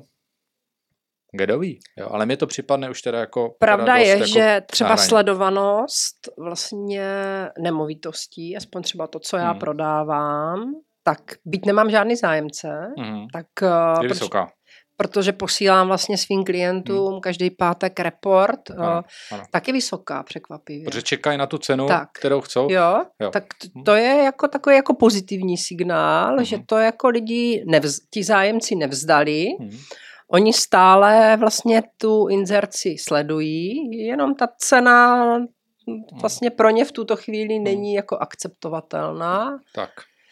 kdo ví, jo, ale mně to připadne už teda jako... Pravda teda je, jako že třeba nahraně. Sledovanost vlastně nemovitostí, aspoň třeba to, co já hmm. prodávám, tak byť nemám žádný zájemce, hmm. tak... Je vysoká. Protože posílám vlastně svým klientům hmm. každý pátek report, ano, ano. tak je vysoká překvapivě. Protože čekají na tu cenu, tak, kterou chcou. Jo, jo. tak to je jako takový jako pozitivní signál, hmm. že to jako lidi, nevz, ti zájemci nevzdali, hmm. oni stále vlastně tu inzerci sledují, jenom ta cena vlastně pro ně v tuto chvíli není jako akceptovatelná. Tak.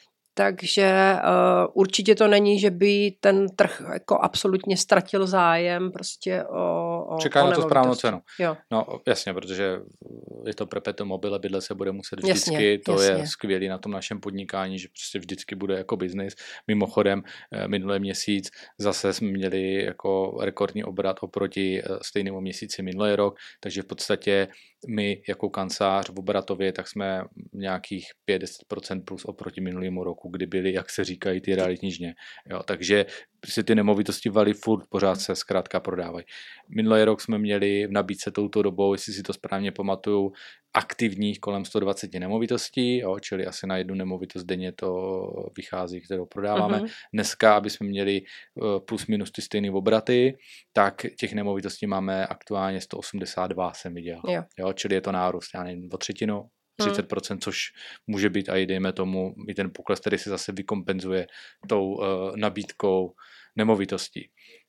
Takže uh, určitě to není, že by ten trh jako absolutně ztratil zájem prostě o, o Čekají na to správnou cenu. Jo. No jasně, protože je to perpetuum mobile, bydlet se bude muset vždycky, jasně, to jasně. je skvělý na tom našem podnikání, že prostě vždycky bude jako biznis. Mimochodem minulý měsíc zase jsme měli jako rekordní obrat oproti stejnému měsíci minulý rok, takže v podstatě my jako kancelář v obratově tak jsme nějakých pět až deset procent plus oproti minulému roku, kdy byly, jak se říkají, ty realitní žně. Jo, takže si ty nemovitosti valí furt, pořád se zkrátka prodávají. Minulý rok jsme měli v nabídce touto dobou, jestli si to správně pamatuju, aktivních kolem sto dvacet nemovitostí, jo, čili asi na jednu nemovitost denně to vychází, kterou prodáváme. Uh-huh. Dneska, aby jsme měli plus minus ty stejné obraty, tak těch nemovitostí máme aktuálně sto osmdesát dva, jsem viděl. Jo. Jo, čili je to nárůst, já nevím, o třetinu, třicet procent, což může být i dejme tomu i ten pokles, který se zase vykompenzuje tou uh, nabídkou nemovitostí.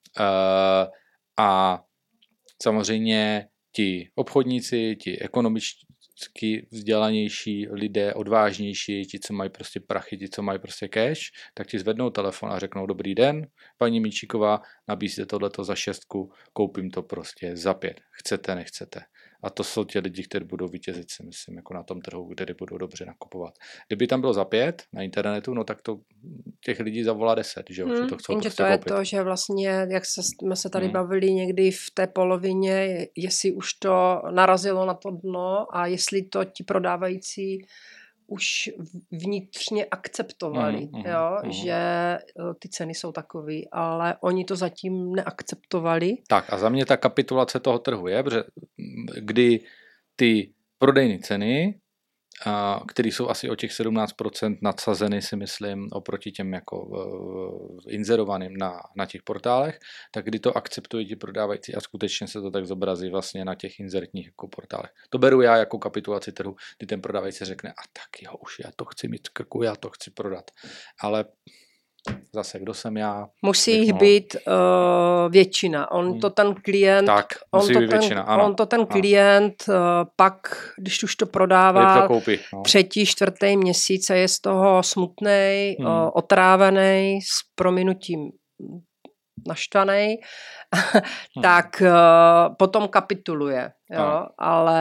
Uh, a samozřejmě ti obchodníci, ti ekonomičtí vzdělanější lidé, odvážnější, ti, co mají prostě prachy, ti, co mají prostě cash, tak ti zvednou telefon a řeknou dobrý den, paní Míčíková, nabízíte tohleto za šestku, koupím to prostě za pět. Chcete, nechcete. A to jsou ti lidi, kteří budou vítězit, si myslím, jako na tom trhu, kde budou dobře nakupovat. Kdyby tam bylo za pět na internetu, no tak to těch lidí zavolá deset, že jo, hmm, že to chcou prostě to je koupit. to, že vlastně, jak se, jsme se tady hmm. bavili někdy v té polovině, jestli už to narazilo na to dno a jestli to ti prodávající už vnitřně akceptovali, mm, jo, mm. že ty ceny jsou takový, ale oni to zatím neakceptovali. Tak a za mě ta kapitulace toho trhu je, protože kdy ty prodejní ceny, které jsou asi o těch sedmnáct procent nadsazeny, si myslím, oproti těm jako uh, inzerovaným na, na těch portálech, tak kdy to akceptují ti prodávající a skutečně se to tak zobrazí vlastně na těch inzertních jako portálech. To beru já jako kapitulaci trhu, kdy ten prodávající řekne, a tak jo, už já to chci mít krku, já to chci prodat. Ale zase, kdo jsem já? Musí jich být uh, většina. On hmm. to ten klient, tak, on, to ten, většina, ano, on to ten klient uh, pak, když už to prodává to koupí, no. třetí, čtvrtý měsíc a je z toho smutnej, hmm. uh, otrávený, s prominutím naštvanej, hmm. tak uh, potom kapituluje. Jo? Ale,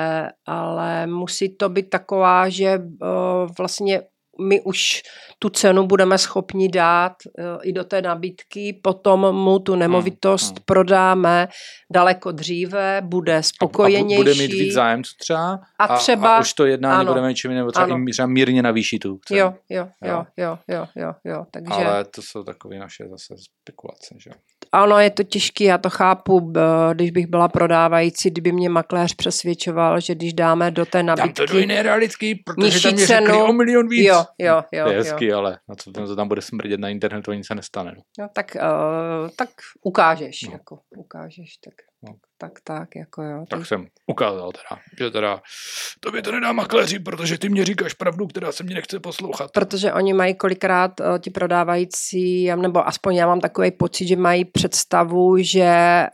ale musí to být taková, že uh, vlastně my už tu cenu budeme schopni dát uh, i do té nabídky, potom mu tu nemovitost hmm, hmm. prodáme daleko dříve, bude spokojenější. A, a bude mít víc zájemců třeba a, třeba, a, a už to jednání ano, budeme čím nebo třeba, i, třeba mírně navýší tu cenu. Jo, jo, jo, jo, jo, jo, jo. Takže... Ale to jsou takové naše zase spekulace, že jo. Ano, je to těžké, já to chápu, když bych byla prodávající, kdyby mě makléř přesvědčoval, že když dáme do té nabídky... Tam to do jiné realitky, protože tam mě řekli o milion víc. Jo, jo, jo. To je hezký, jo. Ale na co to tam bude smrdět na internetu, nic se nestane. No. Jo, tak, uh, tak ukážeš, no. jako ukážeš, tak, no. tak, tak, jako jo. Tak, tak jsem ukázal teda, že teda tobě to nedá makléři, protože ty mě říkáš pravdu, která se mě nechce poslouchat. Protože oni mají kolikrát uh, ti prodávající, nebo aspoň já mám takový pocit, že mají představu, že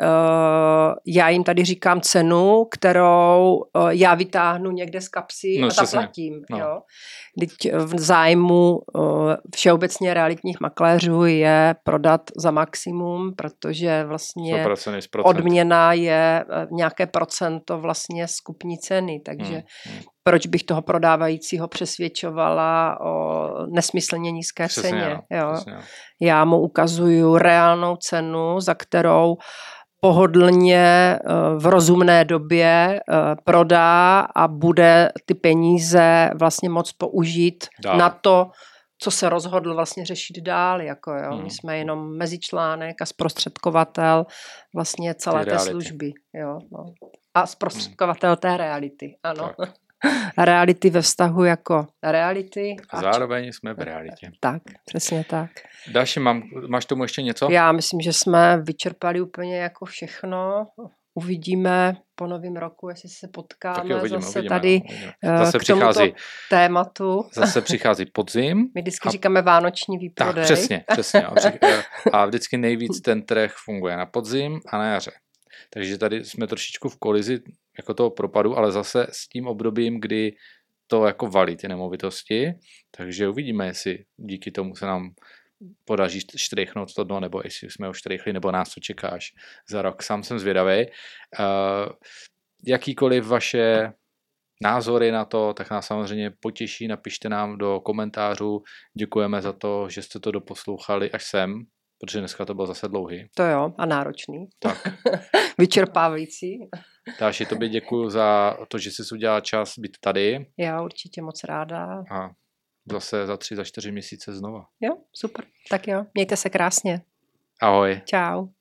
uh, já jim tady říkám cenu, kterou uh, já vytáhnu někde z kapsy no, a zaplatím. No. Jo. Teď v zájmu uh, všeobecně realitních makléřů je prodat za maximum, protože vlastně odměna cena je nějaké procento vlastně z kupní ceny, takže hmm. Hmm. proč bych toho prodávajícího přesvědčovala o nesmyslně nízké Přesně, ceně. Jo. Přesně. Já mu ukazuju reálnou cenu, za kterou pohodlně v rozumné době prodá a bude ty peníze vlastně moc použít dál na to, co se rozhodl vlastně řešit dál. Jako jo. Hmm. My jsme jenom mezičlánek a zprostředkovatel vlastně celé té služby. Jo, no. A zprostředkovatel té reality. Ano. Reality ve vztahu jako reality. A zároveň jsme v realitě. Tak, přesně tak. Další, mám, máš tomu ještě něco? Já myslím, že jsme vyčerpali úplně jako všechno. Uvidíme po novém roku, jestli se potkáme uvidíme, zase uvidíme, tady no, zase k tomuto přichází, tématu. Zase přichází podzim. My vždycky a... říkáme vánoční výprodej. Tak, přesně, přesně. A vždycky nejvíc ten trh funguje na podzim a na jaře. Takže tady jsme trošičku v kolizi jako toho propadu, ale zase s tím obdobím, kdy to jako valí ty nemovitosti, takže uvidíme, jestli díky tomu se nám podaří štrejchnout to dno, nebo jestli jsme už štrejchli, nebo nás to čekáš za rok. Sám jsem zvědavý. Uh, jakýkoliv vaše názory na to, tak nás samozřejmě potěší, napište nám do komentářů. Děkujeme za to, že jste to doposlouchali až sem, protože dneska to bylo zase dlouhý. To jo, a náročný. Tak. Vyčerpávající. Dáši, tobě děkuju za to, že jsi udělala čas být tady. Já určitě moc ráda. A zase za tři, za čtyři měsíce znova. Jo, super. Tak jo, mějte se krásně. Ahoj. Čau.